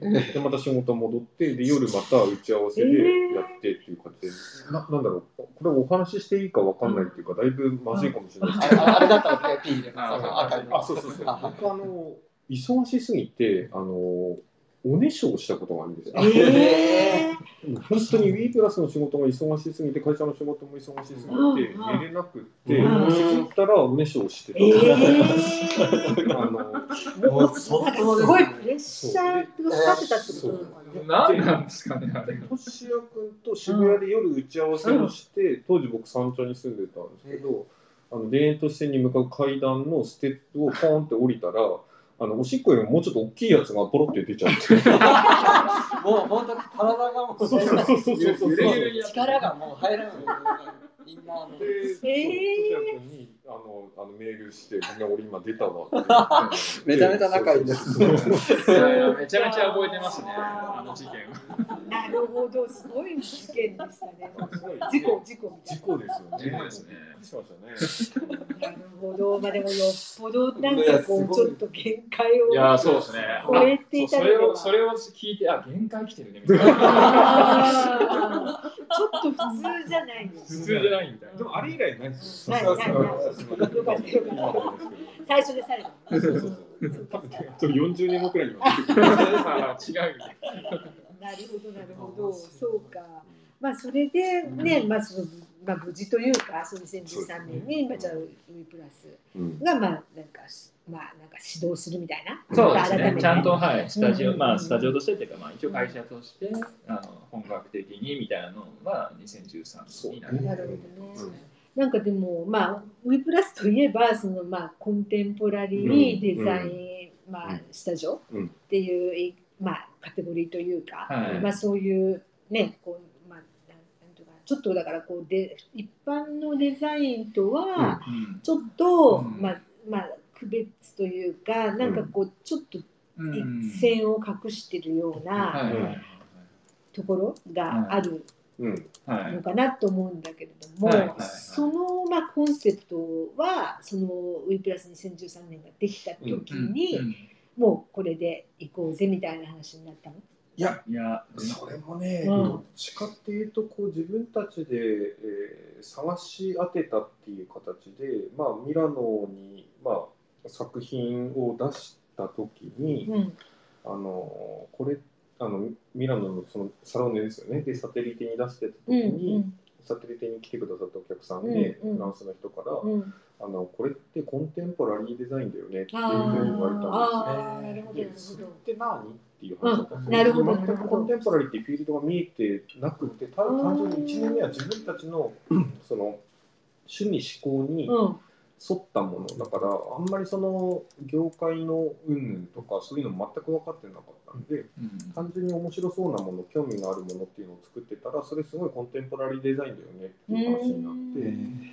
でまた仕事戻ってで夜また打ち合わせでやってっていう感じで、な, なんだろうこれお話ししていいかわかんないっていうかだいぶまずいかもしれないですけど、 あれだったら P であそうそうそう僕あの忙しすぎてあのおねしょをしたことがあるんですよ。えー、本当に WePlus プラスの仕事が忙しすぎて会社の仕事も忙しすぎて寝れなくって気づいたらおねしょをしてた。えー、あのもうすごいプレッシャーがかかってたってことなのかな。 何なんですかねあれ。 としやくんと渋谷で夜打ち合わせをして、当時僕三茶に住んでたんですけど、あの田園都市線に向かう階段のステップをポンって降りたら。あのおしっこよりももうちょっと大きいやつがポロって出ちゃって、 もう本当に体がもうそうそうそうそうそう力がもう入らない。みんなあので、 としやくんにあのあのメールして「俺今出たわ」ってめちゃめちゃ仲いいです。 めちゃめちゃ覚えてますねあの事件。 なるほどすごい事件でしたね。事故事故事故ですよね。 事故ですね。 しましたね。 なるほど、まあでもよっぽどなんかこうちょっと限界をいやそうですね。 超えていたそれをそれを聞いてあ限界来てるねみたいな。ちょっと普通じゃないよ。 普通じゃないみたいな。 でもあれ以来ないですよ。 ないないない。よかったよかった。最初で最後。 そうそうそう。多分よんじゅうねんごくらいには。 違う。 なるほどなるほど。そうか。まあそれでね、まあそのまあ無事というか、そのにせんじゅうさんねんにまあじゃあ WePlus がまあなんかまあなんか指導するみたいな。 そうですね。ちゃんとはいスタジオまあスタジオとしてっていうかまあ一応会社としてあの本格的にみたいなのはにせんじゅうさんねんになる。 なるほどね。なんかでもまあ WePlus といえばそのまあコンテンポラリーデザインまあスタジオっていうまあカテゴリーというか、まあそういうねこうまあちょっとだからこうで一般のデザインとはちょっと、うん、まあまあ区別というかなんかこうちょっと一線を隠してるようなところがあるのかなと思うんだけれども、そのまあコンセプトはその WePlus にせんじゅうさんねんができた時に、うんうん、もうこれで行こうぜみたいな話になったの。 いや、いやそれもね、うん、どっちかっていうとこう自分たちで、えー、探し当てたっていう形で、まあ、ミラノに、まあ、作品を出した時に、うん、あのこれあのミラノのそのサロンですよね。でサテリテに出してた時に、うんうん、サテリテに来てくださったお客さんで、うんうん、フランスの人から、うん、あのこれってコンテンポラリーデザインだよねっていうふうに言われたんですね。でそれって何っていう話だったんですよ。 なるほど。 全くコンテンポラリーっていうフィールドが見えてなくて、ただ単純にいちねんめは自分たちのその趣味思考に沿ったものだから、あんまりその業界の云々とかそういうの全く分かってなかったんで、うん、単純に面白そうなもの、興味があるものっていうのを作ってたら、それすごいコンテンポラリーデザインだよねっていう話になって。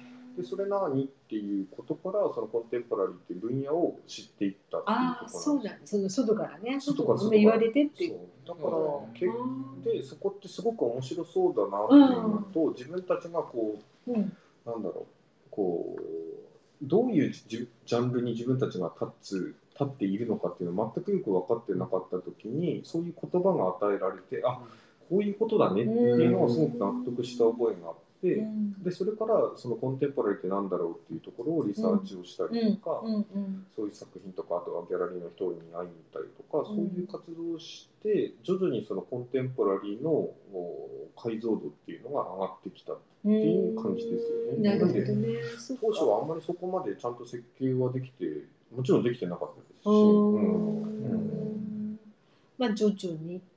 でそれ何っていうことからそのコンテンポラリーっていう分野を知っていったっていうところなんです。ああ、そうなんその外からね、外から外から言われてっていう。だから結でそこってすごく面白そうだなっていうのと、うん、自分たちがこう、うん、なんだろうこうどういうジャンルに自分たちが立つ立っているのかっていうのを全くよく分かってなかった時にそういう言葉が与えられて、あ、こういうことだねっていうのをすごく納得した覚えがあって。で, でそれからそのコンテンポラリーってなんだろうっていうところをリサーチをしたりとか、うんうんうん、そういう作品とかあとはギャラリーの人に会いに行ったりとか、そういう活動をして徐々にそのコンテンポラリーの解像度っていうのが上がってきたっていう感じですよね。なるほどね。当初はあんまりそこまでちゃんと設計はできてもちろんできてなかったですし、うんうん、まあ徐々にっ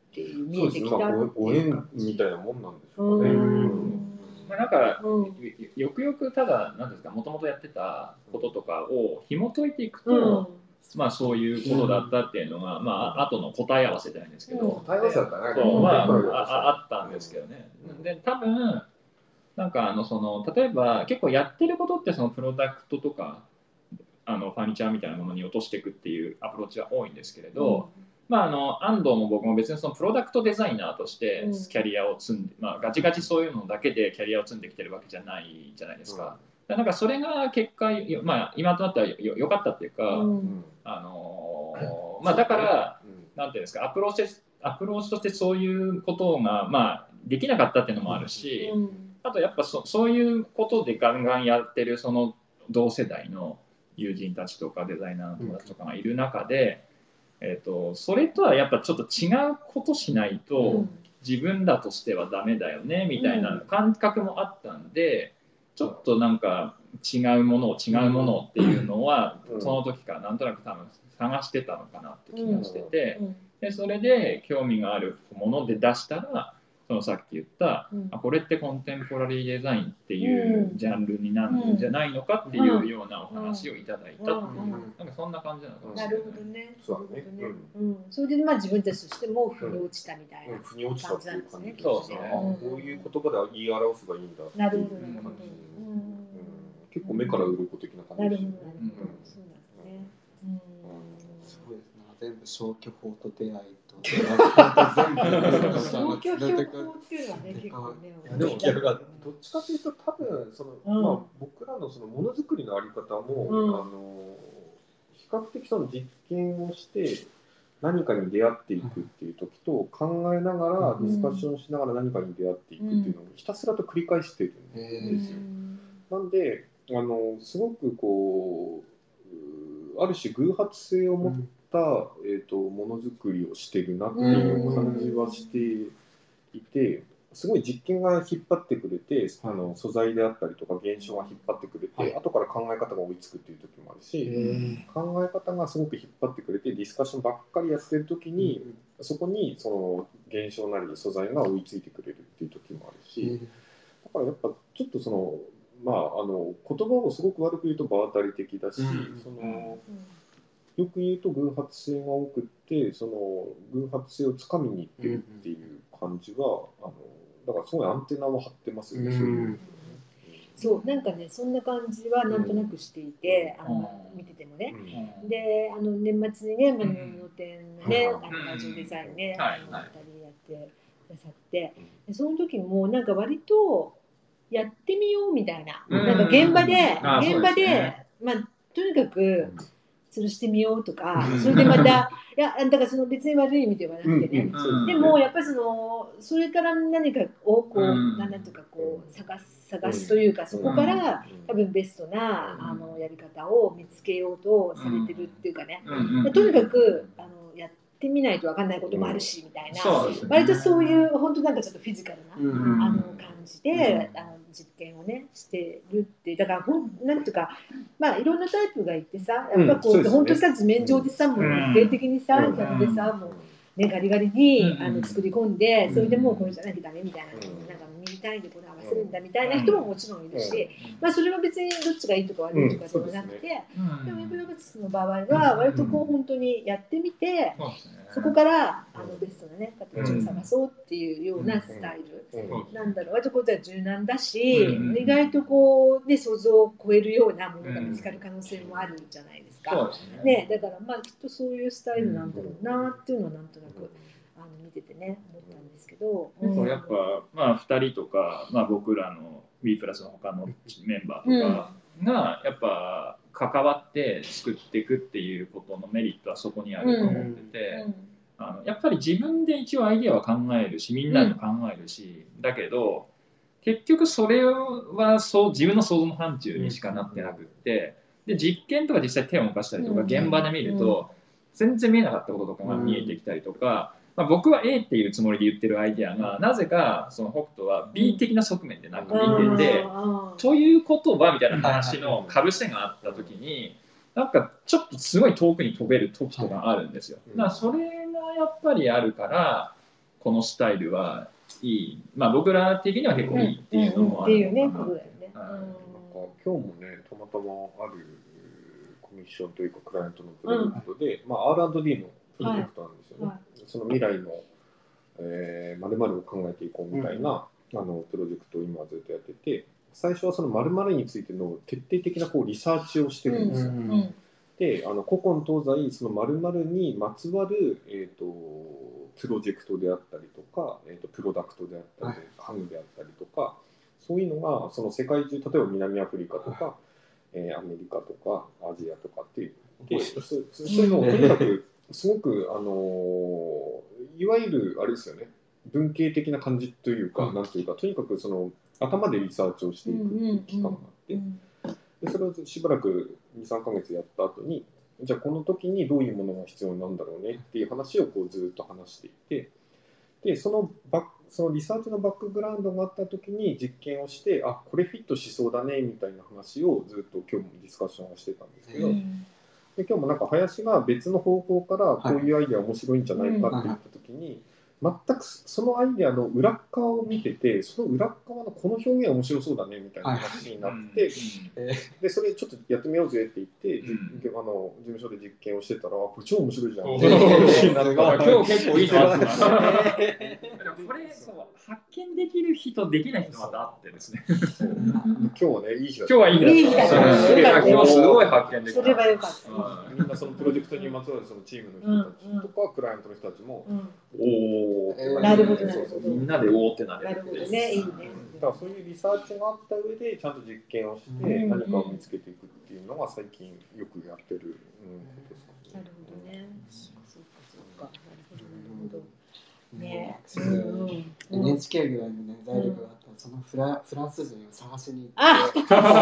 っていう見えてきたっていうご縁みたいなもんなんでしょうかね。 まあ、なんか、うん、よくよくただ何ですか、もともとやってたこととかを紐解いていくと、うん、まあそういうことだったっていうのが、うん、まあ後の答え合わせじゃないんですけど、うん、 答え合わせだったね。 そう、まあ、あ, あったんですけどね。で多分なんかあのその例えば結構やってることってそのプロダクトとかあのファニチャーみたいなものに落としていくっていうアプローチは多いんですけれど、うん、まあ、あの安藤も僕も別にそのプロダクトデザイナーとしてキャリアを積んで、うん、まあ、ガチガチそういうのだけでキャリアを積んできてるわけじゃないじゃないですか。うん、なんかそれが結果、まあ、今となってはよ良かったっていうか、うん、あのまあ、だから、うん、なんていうんですか、アプローチアプローチとしてそういうことが、まあ、できなかったっていうのもあるし、うん、あとやっぱ そ, そういうことでガンガンやってるその同世代の友人たちとかデザイナーの友達とかがいる中で、うん、えーと、それとはやっぱちょっと違うことしないと、うん、自分らとしてはダメだよねみたいな感覚もあったんで、ちょっとなんか違うものを違うものっていうのは、うん、その時からなんとなく多分探してたのかなって気がしてて、うん、でそれで興味があるもので出したら、そのさっき言った、うん、あこれってコンテンポラリーデザインっていうジャンルになるんじゃないのかっていうようなお話をいただいたっていう、なんかそんな感じなのかもしれない。 なるほどね。そうだね。うん。それでまあ自分たちとしても腑に落ちたみたいな感じなんですね。 そうですね。こういう言葉で言い表せばいいんだっていう感じ。結構目から鱗的な感じ。 なるほどなるほど。そうなんですね。 そうですね。全部消去法と出会いと消去法っていうのはね結構ね。 でもどっちかというと多分その、うん、まあ僕らのそのものづくりのあり方も、うん、あの比較的その実験をして何かに出会っていくっていう時と考えながらディスカッションしながら何かに出会っていくっていうのをひたすらと繰り返してるんですよ。うん、なんであのすごくこうある種偶発性を持った、えーと、ものづくりをしてるなっていう感じはしていて、すごい実験が引っ張ってくれて、あの素材であったりとか現象が引っ張ってくれて、はい、後から考え方が追いつくっていう時もあるし、考え方がすごく引っ張ってくれてディスカッションばっかりやってる時に、うん、そこにその現象なり素材が追いついてくれるっていう時もあるし、だからやっぱちょっとそのまあ、あの言葉をすごく悪く言うと場当たり的だし、うん、そのよく言うと偶発性が多くってその偶発性をつかみにいってるっていう感じは、うん、あのだからすごいアンテナを張ってますよね、うん、そういう、 そうなんかねそんな感じはなんとなくしていて、うん、あの見ててもね、うん、であの年末にねマニュアルの展のね、うん、あのラジオデザインね、うん、あのふたりやってくださって、でその時もなんか割とやってみようみたいな、なんか現場で、現場で、まあ、とにかく吊るしてみようとか、それでまた、いや、だからその別に悪い意味ではなくてね、でもやっぱりその、それから何かをこう、なんとかこう探す、探すというか、そこから多分ベストなあのやり方を見つけようとされてるっていうかね、とにかくあのやってってみないと分かんないこともあるしみたいな、ね、割とそういう本当なんかちょっとフィジカルな、うん、あの感じで、うん、あの実験をねしてるってだからほんなんていうかまあいろんなタイプがいてさやっぱこう、うん、本当にさ図面上でさ、もう徹底的にさ、うん、キャラでさもうねガリガリに、うん、あの作り込んで、うん、それでもうこれじゃなきゃダメみたいな、うん、なんかミリ単位でこれ合わせるんだみたいな人ももちろんいるし、うん、まあそれは別にどっちがいいとか悪いとかではなくて、うん、でもウェブロボティスの場合は割とこう本当にやってみて、うん、そこからあのベストなね形を探そうっていうようなスタイル、うん、なんだろう割とこうは柔軟だし、うん、意外とこうね想像を超えるようなものが見つかる可能性もあるじゃないですか。そうですね。ね、だからまあきっとそういうスタイルなんだろうなっていうのはなんとなくあの見ててね思ったんですけど、 うん、やっぱまあふたりとか、まあ、僕らの B プラスの他のメンバーとかがやっぱ関わって作っていくっていうことのメリットはそこにあると思ってて、うんうん、あのやっぱり自分で一応アイデアは考えるしみんなで考えるし、うん、だけど結局それはそう自分の想像の範疇にしかなってなくって、で実験とか実際手を動かしたりとか現場で見ると全然見えなかったこととかが見えてきたりとか、まあ、僕は A っていうつもりで言ってるアイデアがなぜかその北斗は B 的な側面でなんか見てて、うん、ということはみたいな話のかぶせがあった時になんかちょっとすごい遠くに飛べる時とかあるんですよ。だからそれがやっぱりあるからこのスタイルはいい、まあ僕ら的には結構いいっていうのもあるのかな。 今日もね、たまたまあるコミッションというかクライアントのプロジェクトで、うん、まあ、アールアンドディー のプロジェクトなんですよね。はい、その未来の、えー、〇〇を考えていこうみたいな、うん、あのプロジェクトを今ずっとやってて、最初はその〇〇についての徹底的なこうリサーチをしてるんですよ。うんうん、で、あの古今東西その〇〇にまつわる、えーと、プロジェクトであったりとか、えーと、プロダクトであったり、はい、ハグであったりとか、そういうのがその世界中、例えば南アフリカとか、はい、えー、アメリカとかアジアとかっていうで、そそういうのをとにかくすごくあのいわゆるあれですよね、文系的な感じというか、うん、なんていうか、とにかくその頭でリサーチをしていくっていう期間があって、うんうんうん、でそれをしばらくにさんかげつやった後に、じゃあこの時にどういうものが必要なんだろうねっていう話をこうずっと話していて、でそのバッそのリサーチのバックグラウンドがあった時に実験をして、あ、これフィットしそうだねみたいな話をずっと今日もディスカッションをしてたんですけど、で今日もなんか林が別の方向からこういうアイデア面白いんじゃないかって言った時に、全くそのアイデアの裏側を見てて、その裏側のこの表現面白そうだねみたいな話になって、でそれちょっとやってみようぜって言って、うん、あの事務所で実験をしてたら、これ超面白いじゃんって今日結構いいなってますこれそう発見できる日とできない日とまたあってですね。 今日はね、いい日だった。 今日はいい日だった。今日すごい発見できた。 それは良かった。 みんなそのプロジェクトにまつわるそのチームの人たちとかクライアントの人たちも、おー、なるほどなるほど。 みんなでおーってなる。 なるほどね、いいね。 だからそういうリサーチがあった上でちゃんと実験をして何かを見つけていくっていうのが最近よくやってることですかね。 なるほどね。そうかそうか。なるほど。ね、 エヌエイチケー ぐらいのね財力があったら、そのフラフランス人を探しに行って、 あ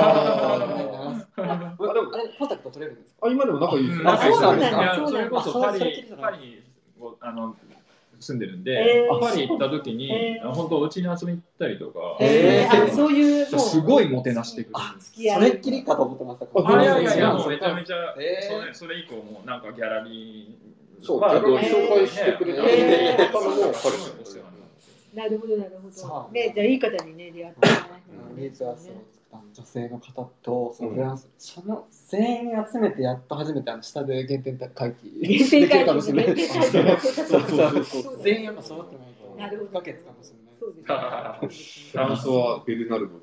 あでもコンタクト取れるんですか？ あ、今でも仲いいですよ。あ、そうなんだ。 それこそパリパリにあの住んでるんで、パリ行った時に本当うちに遊びに行ったりとか、 そういうすごいもてなしてくる。 それっきりかと思ってました。 あ、いやいやいや、めちゃめちゃそれそれ以降もなんかギャラリーそう、まあ、紹介してくれた方も彼氏なんですよ。 なるほどなるほど。ね、じゃあいい方にね出会ってね。 リーズアスを作った女性の方とそのフランス、その全員集めてやっと初めてあの下で原点回帰できるかもしれない。全員やっぱ揃ってないと。 なるほど。 不可欠かもしれない。 そうですね。 フランスはベルナルドって。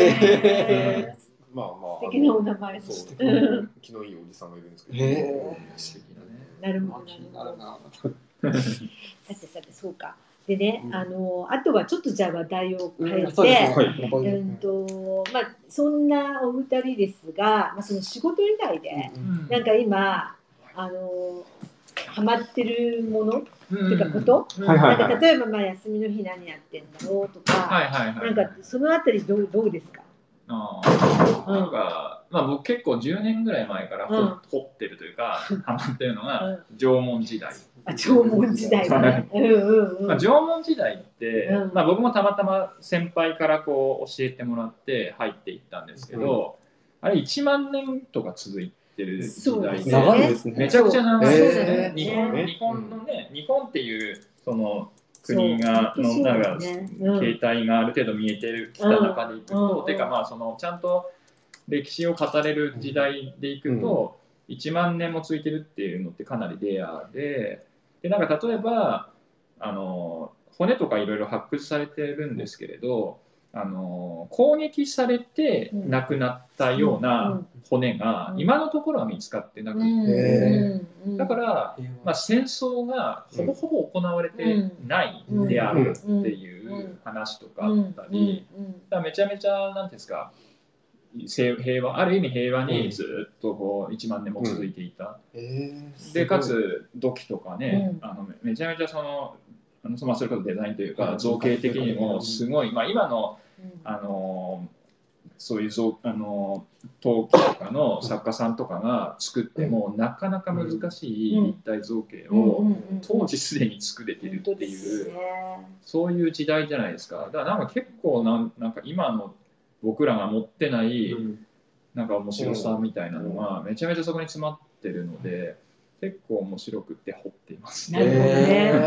まあまあ。 素敵なお名前です。 気のいいおじさんがいるんですけど。 素敵だね。 なるほど。さてさてそうか。でね、あのあとはちょっとじゃあ話題を変えて、うんとまあそんなお二人ですが、まあその仕事以外でなんか今あのハマってるものっていうかこと、なんか例えばまあ休みの日何やってんだろうとか、なんかそのあたりどうどうですか？ あなんか、まあ、僕結構じゅうねんぐらい前から掘、うん、掘ってるというかハマってるのが縄文時代。 あ、縄文時代ね。 縄文時代って、うん、まあ、僕もたまたま先輩からこう教えてもらって入っていったんですけど、うん、あれいちまんねんとか続いてる時代 で, 長いですね。 めちゃくちゃ長いですね。日本、日本のね、日本っていうその国がのなんか形態がある程度見えてきた中でいくと、うん、てかまあそのちゃんと歴史を語れる時代でいくと、うん、いちまんねんも続いてるっていうのってかなりレアで、でなんか例えばあの骨とかいろいろ発掘されてるんですけれど、あの攻撃されて亡くなったような骨が今のところは見つかってなくて、だから、まあ、戦争がほぼほぼ行われてないであるっていう話とかあったり、だからめちゃめちゃなんですか、平和、ある意味平和にずっとこういちまんねんも続いていた、うんえー、でかつ土器とかね、うん、あのめちゃめちゃそのあのそれこそデザインというか造形的にもすごい、まあ、今の、あのそういう造あの陶器とかの作家さんとかが作ってもなかなか難しい立体造形を当時すでに作れてるっていう、そういう時代じゃないですか。だからなんか結構な、なんか今の僕らが持ってないなんか面白さみたいなのがめちゃめちゃそこに詰まってるので、結構面白くて掘っていますね。 なるほどね。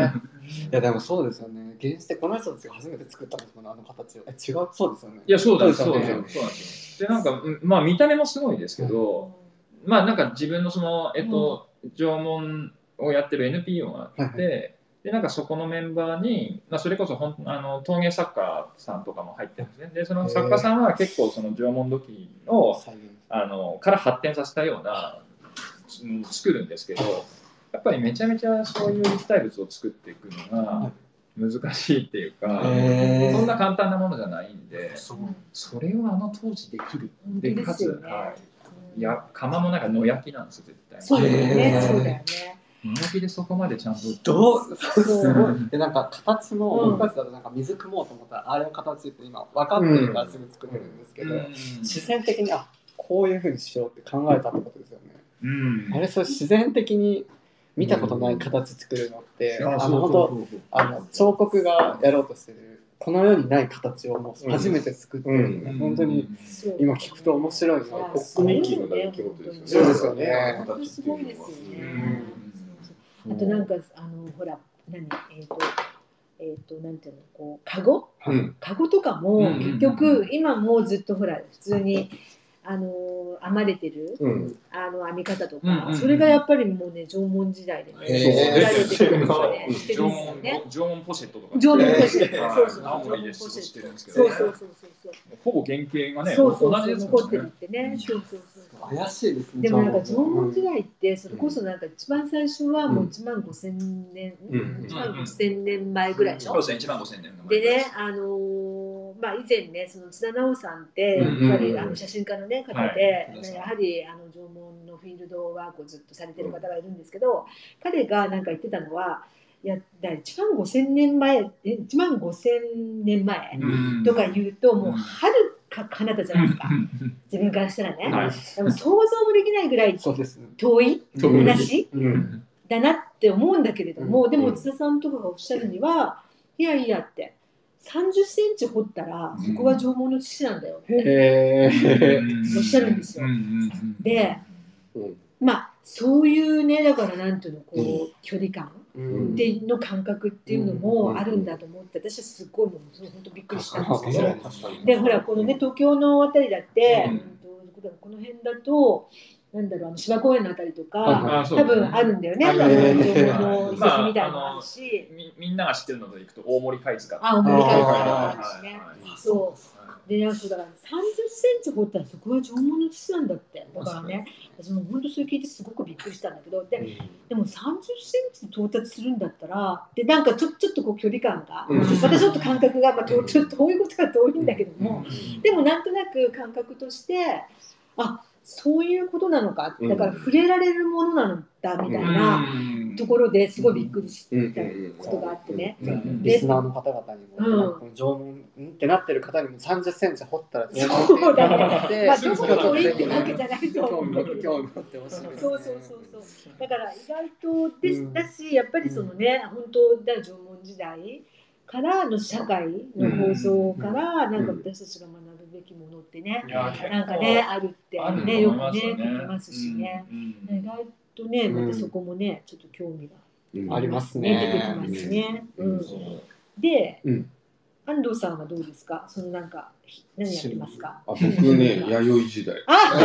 やでもそうですよね。現実でこの人たちが初めて作ったんですもんね、あの形を。え違うそうですよね。 いやそうですそうですそうなんですよ。でなんかまあ見た目もすごいですけど、うん、まあなんか自分のそのえっと、うん、縄文をやってる エヌピーオー があって。はいはい、でなんかそこのメンバーに、まあ、それこそほんあの陶芸作家さんとかも入ってるんですね。でその作家さんは結構その縄文土器をあのから発展させたような、うん、作るんですけど、やっぱりめちゃめちゃそういう立体物を作っていくのが難しいっていうか、そんな簡単なものじゃないんで、それをあの当時できるでかつ、はい、いや窯もなんか野焼きなんですよ絶対。 そうだよね。そうだよね。 野焼きでそこまでちゃんとどうすごいでなんか形も僕たちだとなんか水汲もうと思ったらあれの形って今分かってるからすぐ作れるんですけど、うん、自然的にあこういう風にしようって考えたってことですよね。うん、あれそれ自然的に見たことない形作るのって、うん、あの本当あの彫刻がやろうとしてるこの世にない形をもう初めて作ってる、うん、本当に今聞くと面白いな。 コックミッキーの大規模ですよね。 そうですよね。 本当すごいですよね。あとなんかあのほら何えっとえっとなんていうのこうカゴ、うん、カゴとかも結局今もうずっとほら普通にあの編まれてる、うん、あの編み方とか、うんうん、それがやっぱりもうね縄文時代でね作られてるのがねしてるんですよね。 縄文ポシェットとか縄文ポシェットそうそう縄文ポシェットしてるんですけど、 そうそうそうそうほぼ原型がねそうそうそう残ってるってね。そうそうそう怪しいですね。 でもなんか縄文時代ってそれこそなんか一番最初はもういちまんごせんねん、いちまんごせんねんまえぐらいでしょ。 そうですね、いちまんごせんねんでね、あのまあ以前ねその津田直さんってやっぱりあの写真家のね方でやはりあの縄文のフィールドワークをずっとされてる方がいるんですけど、彼がなんか言ってたのはいやだいちまんごせんねんまえいちまんごせんねんまえとか言うともうはるか彼方じゃないですか自分からしたらね、はい、でも想像もできないぐらい遠い話だなって思うんだけれども、でも津田さんとかがおっしゃるにはいやいやってさんじゅっセンチ掘ったらそこが縄文の土なんだよっておっしゃるんですよ。でまあそういうねだからなんていうのこう距離感での感覚っていうのもあるんだと思って私はすごいもう本当びっくりしたんですけど、でほらこのね東京のあたりだって、うん、この辺だとなんだろうあの芝公園のあたりとか多分あるんだよね。縄文の遺跡みたいなのあるし、 みんなが知ってるのでいくと大森貝塚。 あ大森貝塚もあるしね。そうでなんかだからさんじゅっセンチ掘ったらそこは縄文の土なんだって。だからね私も本当それ聞いてすごくびっくりしたんだけど、で、うん、でもさんじゅっセンチで到達するんだったらでなんかちょちょっとこう距離感が、うん、私ちょっと感覚が、まあ、ちょっと遠いことが遠いんだけども、うん、でもなんとなく感覚としてあそういうことなのかだから触れられるものなのだみたいなところですごいびっくりしたことがあってね。 リスナーの方々にも、うん、縄文ってなってる方にもさんじゅっセンチ掘ったらそうだね。まあどこが遠いってわけじゃないと思う。興味持ってほしい。 そうそうそうそう。だから意外とですだしやっぱりそのね本当だ縄文時代からの社会の構造からなんか私たちが学ぶべきものってね、なんかねあるってねよくね聞きますしね、意外とねまたそこもねちょっと興味がありますね、 出てきますね。で、安藤さんはどうですか？そのなんか何やってますか？ あ僕ね弥生時代。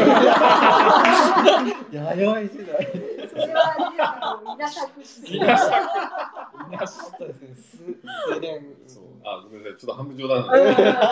弥生時代。 それはあれですか？稲作し。稲作。稲作そうですね。 水田。そうあごめんなさいちょっと半分冗談なんですけど。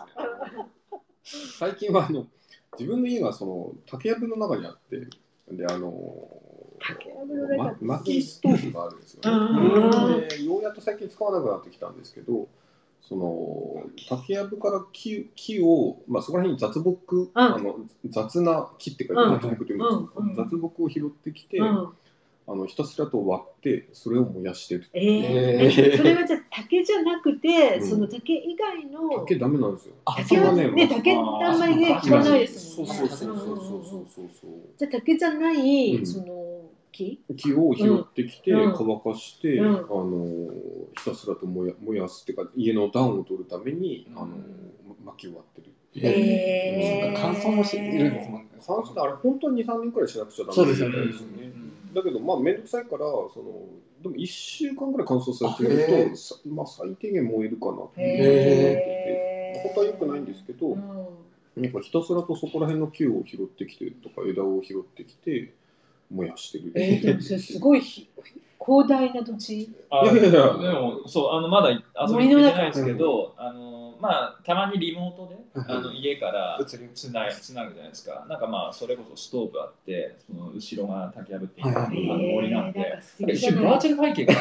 最近はあの自分の家がその竹やぶの中にあってであの竹やぶの中ま、薪ストーブがあるんですよね。でようやっと最近使わなくなってきたんですけど。その竹やぶから木、木を、まあ、そこら辺に雑木、うん、あの雑な木って書いて雑木というんですけど、うん、雑木を拾ってきて、うん、あのひたすらと割ってそれを燃やしてる。 えーえー、それはじゃあ竹じゃなくて、うん、その竹以外の竹ダメなんですよ。 竹はね、ね竹あんまりね聞かないですもんね。 そうそうそうそうそうそうそう。 じゃあ竹じゃない、うん、その木木を拾ってきて、うん、乾かして、うん、あのひたすらと燃や、燃やすっていうか家の暖を取るために、うん、あの薪を割ってる。 へえー。乾燥もしてるんですもんね。 乾燥ってあれ本当ににさんねんくらいしなくちゃダメみたいですよね。だけどまあ面倒くさいからそのでもいっしゅうかんぐらい乾燥させてると、まあ、最低限燃えるかなっていうことはよくないんですけど、なんかひたすらとそこら辺の木を拾ってきてとか枝を拾ってきて燃やしてる。 えー、でもそれすごい広大な土地。いやいやいや、でもそうあのまだ遊びに行ってないですけど、あのまあたまにリモートであの家からつなつなぐじゃないですか。なんかまあそれこそストーブあってその後ろが竹やぶっていうあの森なんで、一瞬バーチャル背景が。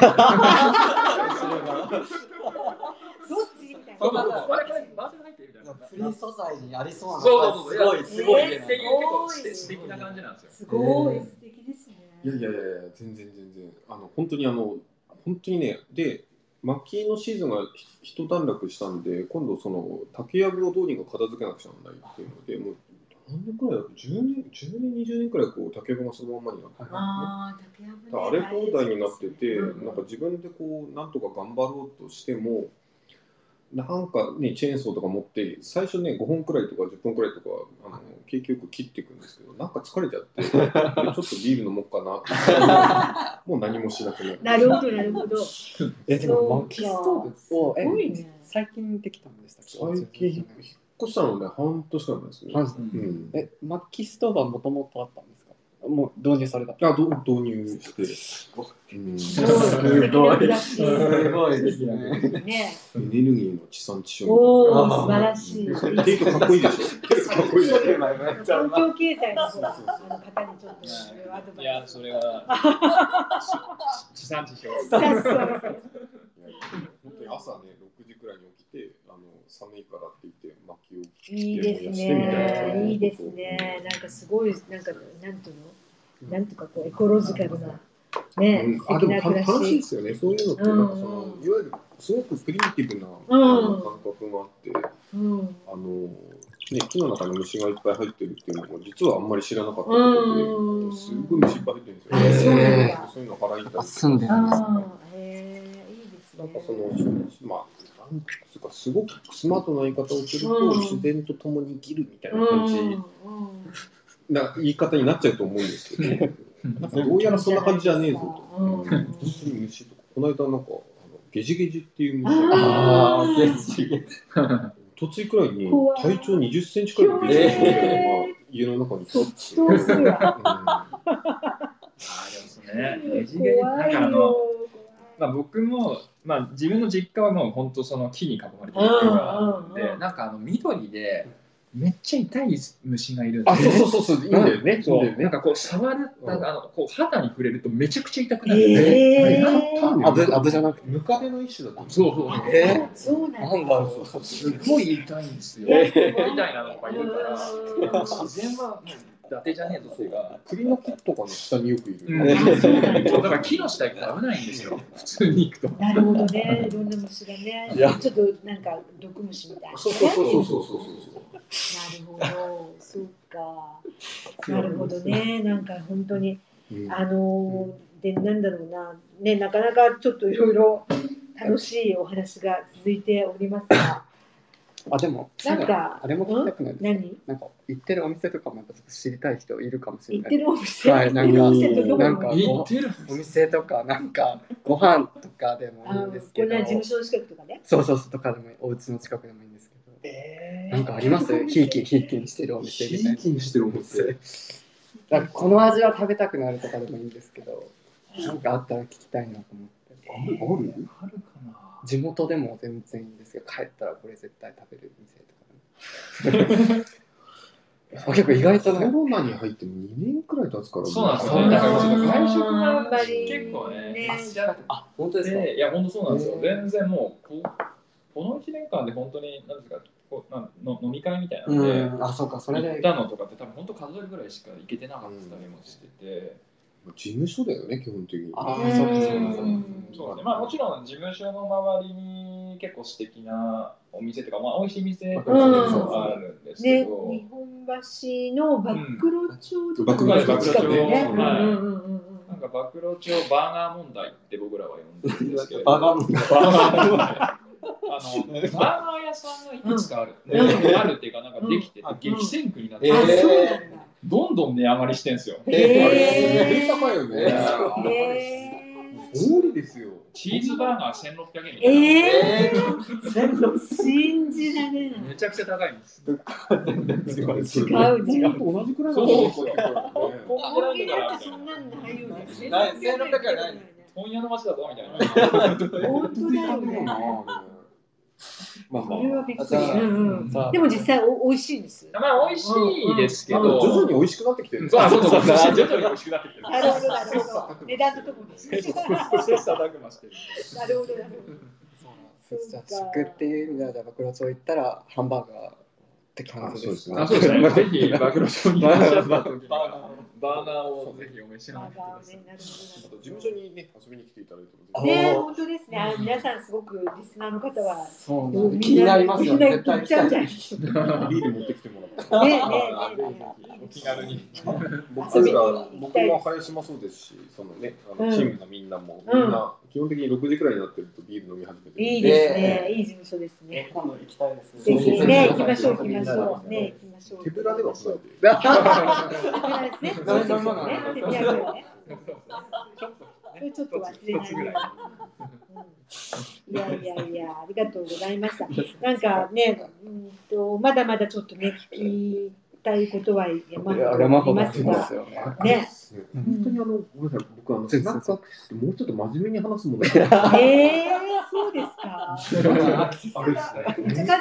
どっちみたいな。 そうそうそう。バーチャル背景みたいな。 フリー素材にありそうな。 そうそうそう。 すごいすごい。 っていう結構素敵な感じなんですよ。 すごい素敵ですね。 いやいやいや全然全然あの本当にあの本当にねで薪のシーズンが一段落したんで今度その竹やぶをどうにか片付けなくちゃならないっていうのでもう何年くらいだとじゅうねんじゅうねんにじゅうねんくらいこう竹やぶがそのままになってる、 ああ竹やぶね。 あれ放題になってて、うん、なんか自分でこうなんとか頑張ろうとしてもなんかねチェーンソーとか持って最初ねごほんくらいとかじゅっぷんくらいとかあの景気よく切っていくんですけどなんか疲れちゃってちょっとビール飲もうかなもう何もしなくなる。 なるほどなるほど。 えでも薪ストーブをえね、 最近できたんでしたっけ？ 最近引っ越したのね半年くらい前ですね。 うん、え薪ストーブはもともとあったんですか？もう導入された。 あ、ど導入して。 うん、すごい。すごいですね。 ね。 エネルギーの地産地消。 おお、素晴らしい。 っていうとかっこいいでしょ。かっこいい。 環境経済の方にちょっとアドバイス。 いや、それは地産地消。 本当に朝ねろくじくらいに起きて、あの寒いからって言って薪をいいですね。いいですね。なんかすごいなんかなんていうの、なんとかこうエコロジカルな。ね、うん、 あでも楽しいですよね。そういうのってなんかその、うん、いわゆるすごくプリミティブな、うん、感覚があって、うん、あのね木の中に虫がいっぱい入ってるっていうのも実はあんまり知らなかったことで、うん、すごい虫いっぱい入ってるんですよ。 えー、そうなんだ。 そういうの払いたい。 住んでるんですね。 へえ、いいですね。 なんかそのまあなんつうかすごくスマートな言い方をすると、うん、自然と共に生きるみたいな感じ、うん、な言い方になっちゃうと思うんですけど。なんかどうやらそんな感じじゃねえぞと。うん、本当に虫とか。この間なんかあのゲジゲジっていう虫がああゲジゲジ。 とついくらいに体長にじゅっセンチくらいのゲジゲジみたいなのが家の中にそっちとするわ。 あでもねゲジゲジなんかあのまあ僕もまあ自分の実家はもう本当その木に囲まれてるっていうかでなんかあの緑で。めっちゃ痛い虫がいるんで、 あ、そうそうそう、いいんだよね。 そう、なんかこう触る、なんかあのこう肌に触れるとめちゃくちゃ痛くなる。 えー、アブアブじゃなくてムカデの一種だと。 そうそう。 えー、そうなんだ。なんだろう。 すごい痛いんですよ。みたいなのがいるから、自然はもう伊達じゃねえぞっていうか、 栗の木とかの下によくいる。 そうだから木の下行くと危ないんですよ。普通に行くと。 なるほどね。いろんな虫がね、ちょっとなんか毒虫みたいな。 そうそうそうそうそうそう。 なるほど、そうか。なるほどね、なんか本当に、うん、あのでなんだろうな、ね、なかなかちょっといろいろ楽しいお話が続いておりますが、 あでもなんかあれも聞きたくないですか？ 何？ なんか行ってるお店とかも知りたい人いるかもしれない。 行ってるお店？ はい、なんかなんか行ってるお店とかなんかご飯とかでもいいんですけど、 こんな事務所の近くとかね。 そうそうそうとかでもお家の近くでもいいんですけど。 えー、 なんかあります？ひいきひいきにしてるお店みたいな。 ひいきにしてるお店。 だからこの味は食べたくなるとかでもいいんですけど、なんかあったら聞きたいなと思って。 ある？ある？ あるかな。 地元でも全然いいんですけど、帰ったらこれ絶対食べる店とか、ね。結構意外とね。 コロナに入ってにねんくらい経つから。 そうなんですよね。だから外食があんまり結構ね。 あ、本当ですか？ いや本当そうなんですよ。全然もうこのいちねんかんで本当に何ですか。こうなんの飲み会みたいなので、 うん、あ、そうか、それで行ったのとかって多分本当数えるぐらいしか行けてなかったりもしてて、 事務所だよね基本的に。 ああ、そうかそうかそうか。 そうね。まあもちろん事務所の周りに結構素敵なお店とか、まあ美味しい店とかもあるんですけど、 ね、日本橋のバックロ町とかの近くね。 なんかバックロ町バーガー問題って僕らは呼んでるんですけど、 バーガー問題。 あのバーガー屋さんがいくつかある、うん、あるっていうかなんかできてて、うん、激戦区になって、 うん、 どんどん値上がりしてんすよ。 えー、高いよね。 大売りですよ。 チーズバーガーせんろっぴゃくえんみたいな。えー、 信じられない。 めちゃくちゃ高いんです。 違う違う。 同じくらいの。 そうそうそう。 大喜利だってそんなんないよね。 せんろっぴゃくえんはない。 問屋の街だぞみたいな。 本当だよね。 まあまあ、 それはびっくり。でも実際お美味しいです。 まあ美味しいですけど、 徐々に美味しくなってきてる。 そうそうそう。徐々に美味しくなってきてる。 なるほどなるほど。値段とともに。 切磋琢磨してる。 なるほどなるほど。 じゃあ食っていう意味では暴露町行ったらハンバーガーって感じですね。 あ、そうですね。ぜひ暴露町にいらっしゃった時はバーガーをぜひお召し上がりください。 事務所にね遊びに来ていただいてもね、本当ですね。皆さんすごくリスナーの方はそう気になりますよね。 絶対行っちゃうんじゃないですか。 ビール持ってきてもらって。 ねねお気軽に。 僕ら僕も林もそうですし、そのねあのチームのみんなもみんな基本的にろくじくらいになってるとビール飲み始めて。 いいですね。いい事務所ですね。 今度行きたいですね。 ぜひね行きましょう行きましょうね行きましょう。 手ぶらでは来ないで。 手ぶらですね。そうですね。手ぶらね。それちょっと忘れない。いやいやいや、ありがとうございました。なんかね、うんとまだまだちょっとね聞きたいことは山ほどありますが、ね。 本当にあのごめんなさい、僕あのスナックアクセスもうちょっと真面目に話すもの。 ええ、そうですか。 あれですね。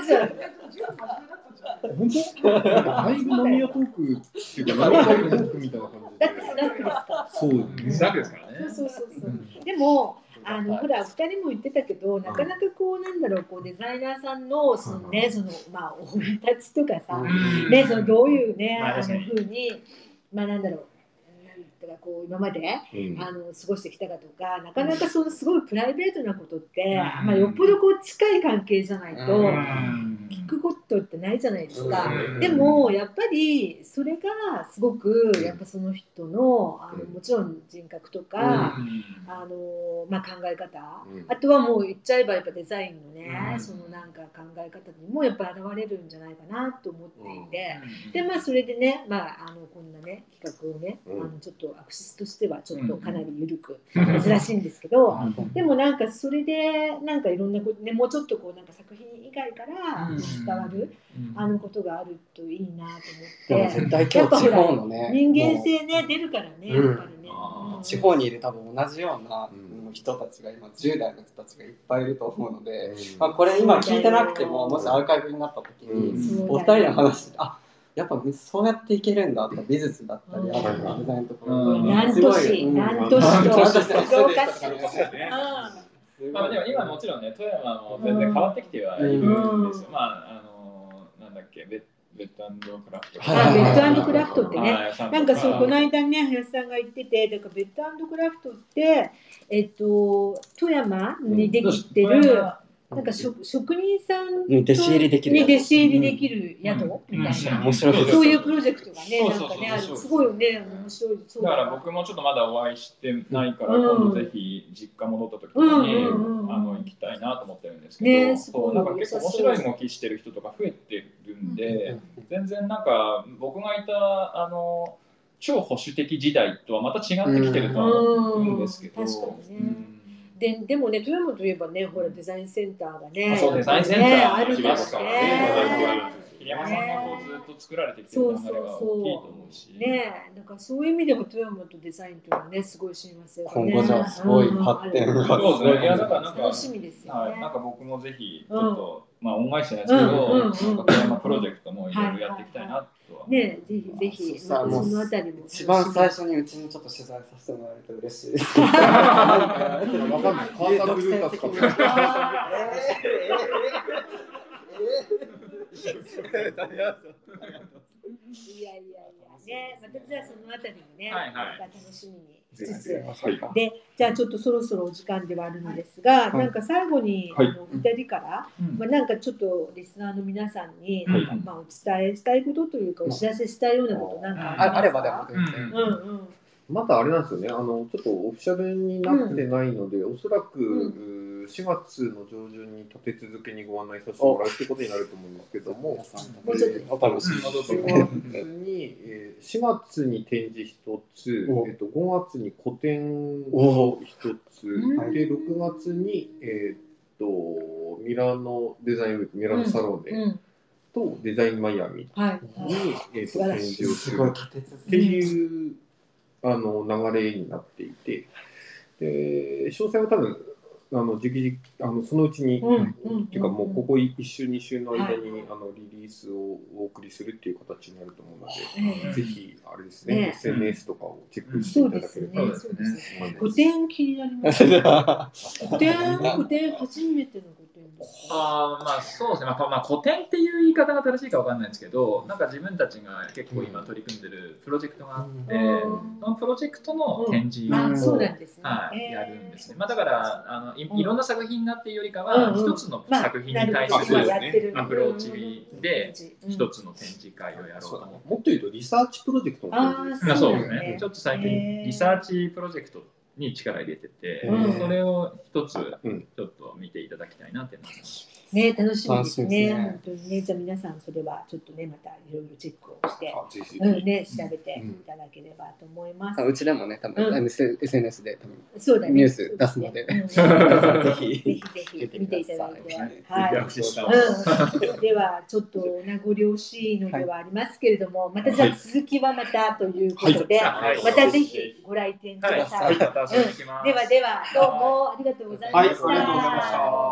本当？だいぶ飲み屋トークっていうか飲み会トークみたいな感じで。 スナックですか。 そうスナックですからね。 そうそうそう。でも。あのほらふたりも言ってたけど、なかなかこうなんだろうこうデザイナーさんのそのねそのまあ生い立ちとかさ、ねそのどういうねあの風にまあなんだろうなんかこう今まで、うん、あの過ごしてきたかとかなかなかそのすごいプライベートなことって、まあよっぽどこう近い関係じゃないと聞くことってないじゃないですか。でもやっぱりそれがすごくやっぱその人のあのもちろん人格とか、あのまあ、考え方、あとはもう言っちゃえばやっぱデザインのねそのなんか考え方にもやっぱ現れるんじゃないかなと思っていて、でまあそれでねまああのこんなね企画をねあのちょっとアクシスとしてはちょっとかなり緩く珍しいんですけど、でもなんかそれでなんかいろんなことねもうちょっとこうなんか作品以外から伝わるあのことがあるといいなと思って、 絶対今日地方のね人間性ね出るからねやっぱりね、 地方にいる多分同じような人たちが今じゅう代の人たちがいっぱいいると思うので、まあこれ今聞いてなくてももしアーカイブになった時にお二人の話あやっぱそうやっていけるんだとか美術だったりあとデザインとか何都市何都市と動かしてる。 まあでも今もちろんね富山も全然変わってきてはいるんですよ。まああのなんだっけベベッド&クラフト。 あベッド&クラフトってね、なんかそうこの間ね林さんが言ってて、だからベッド&クラフトってえっと富山にできてる。なんか職人さんに弟子入りできるに弟子入りできる宿みたいな、面白いそういうプロジェクトがねなんかねあるすごいよね面白い。 だから僕もちょっとまだお会いしてないから今度ぜひ実家戻った時にあの行きたいなと思ってるんですけど、そうなんか結構面白い動きしてる人とか増えてるんで、全然なんか僕がいたあの超保守的時代とはまた違ってきてるとは思うんですけど。 確かにね。で, でもね富山といえばねほらデザインセンターがねそうデザインセンターあるからね桐山さんがこうずっと作られてきてる流れが大きいと思うしねだからそういう意味でも富山とデザインというのはねすごい親和性がね今後じゃすごい発展がそうですね。いやだからなんか楽しみですよね。 なんか僕もぜひちょっとまあ恩返しじゃないですけど富山プロジェクトもいろいろやっていきたいなとはねぜひぜひそのあたりも一番最初にうちにちょっと取材させてもらえると嬉しいです。 わかんない。川崎ルーカスか。 いやいやいやね、またじゃあそのあたりもね、 はいはい、 また楽しみにしつつ、はい、でじゃあちょっとそろそろお時間ではあるのですが、はい、なんか最後に、はい、あのふたりから、うんまあ、なんかちょっとリスナーの皆さんになんか、まあ、お伝えしたいことというか、お知らせしたいようなことなんか あ, あ, あればでも全然。 うんうんまだあれなんですよね、あのちょっとオフィシャルになってないので、うん、おそらく、うん、 しがつの上旬に立て続けにご案内させてもらうということになると思うんですけども、 もうちょっとお楽しみに、えー、しがつに展示ひとつ、えー、とごがつに個展をひとつで、ろくがつに、えー、とミラノデザインウィーク、ミラノサローネ、うんうんとデザインマイアミに、はいはいえー、と展示をするっていうあの流れになっていて、で詳細は多分あの時期あのそのうちに、うんうん、っていうかもうここいっ週に週の間に、はい、あのリリースをお送りするっていう形になると思うので、うん、ぜひあれですね、ね エスエヌエス とかをチェックしていただければ、 そうですね。個展気になりますね。個展個展初めての個展です。 ああまあそうですね。まあ、まあ、個展っていう言い方が正しいかわかんないんですけど、なんか自分たちが結構今取り組んでるプロジェクトがあって、うん、そのプロジェクトの展示を、うん、 そうなんですね。 はい、やるんですね。まあだからあの い, いろんな作品になっているよりかは、一、うん、つの作品に対するアプローチで一つの展示会をやろうと思って、 もっと言うとリサーチプロジェクトの展示ですね。 そうですね。ちょっと最近リサーチプロジェクトに力入れてて、それを一つちょっと見ていただきたいなって思います。 ね、楽しみですね。本当にね、じゃあ皆さんそれはちょっとねまたいろいろチェックをして、うんね調べていただければと思います。 うちでもね多分 エスエヌエス で多分ニュース出すので、ぜひぜひぜひ見ていただいて、はい。ではちょっと名残惜しいのではありますけれども、またじゃあ続きはまたということで、またぜひご来店ください。ではではどうもありがとうございました。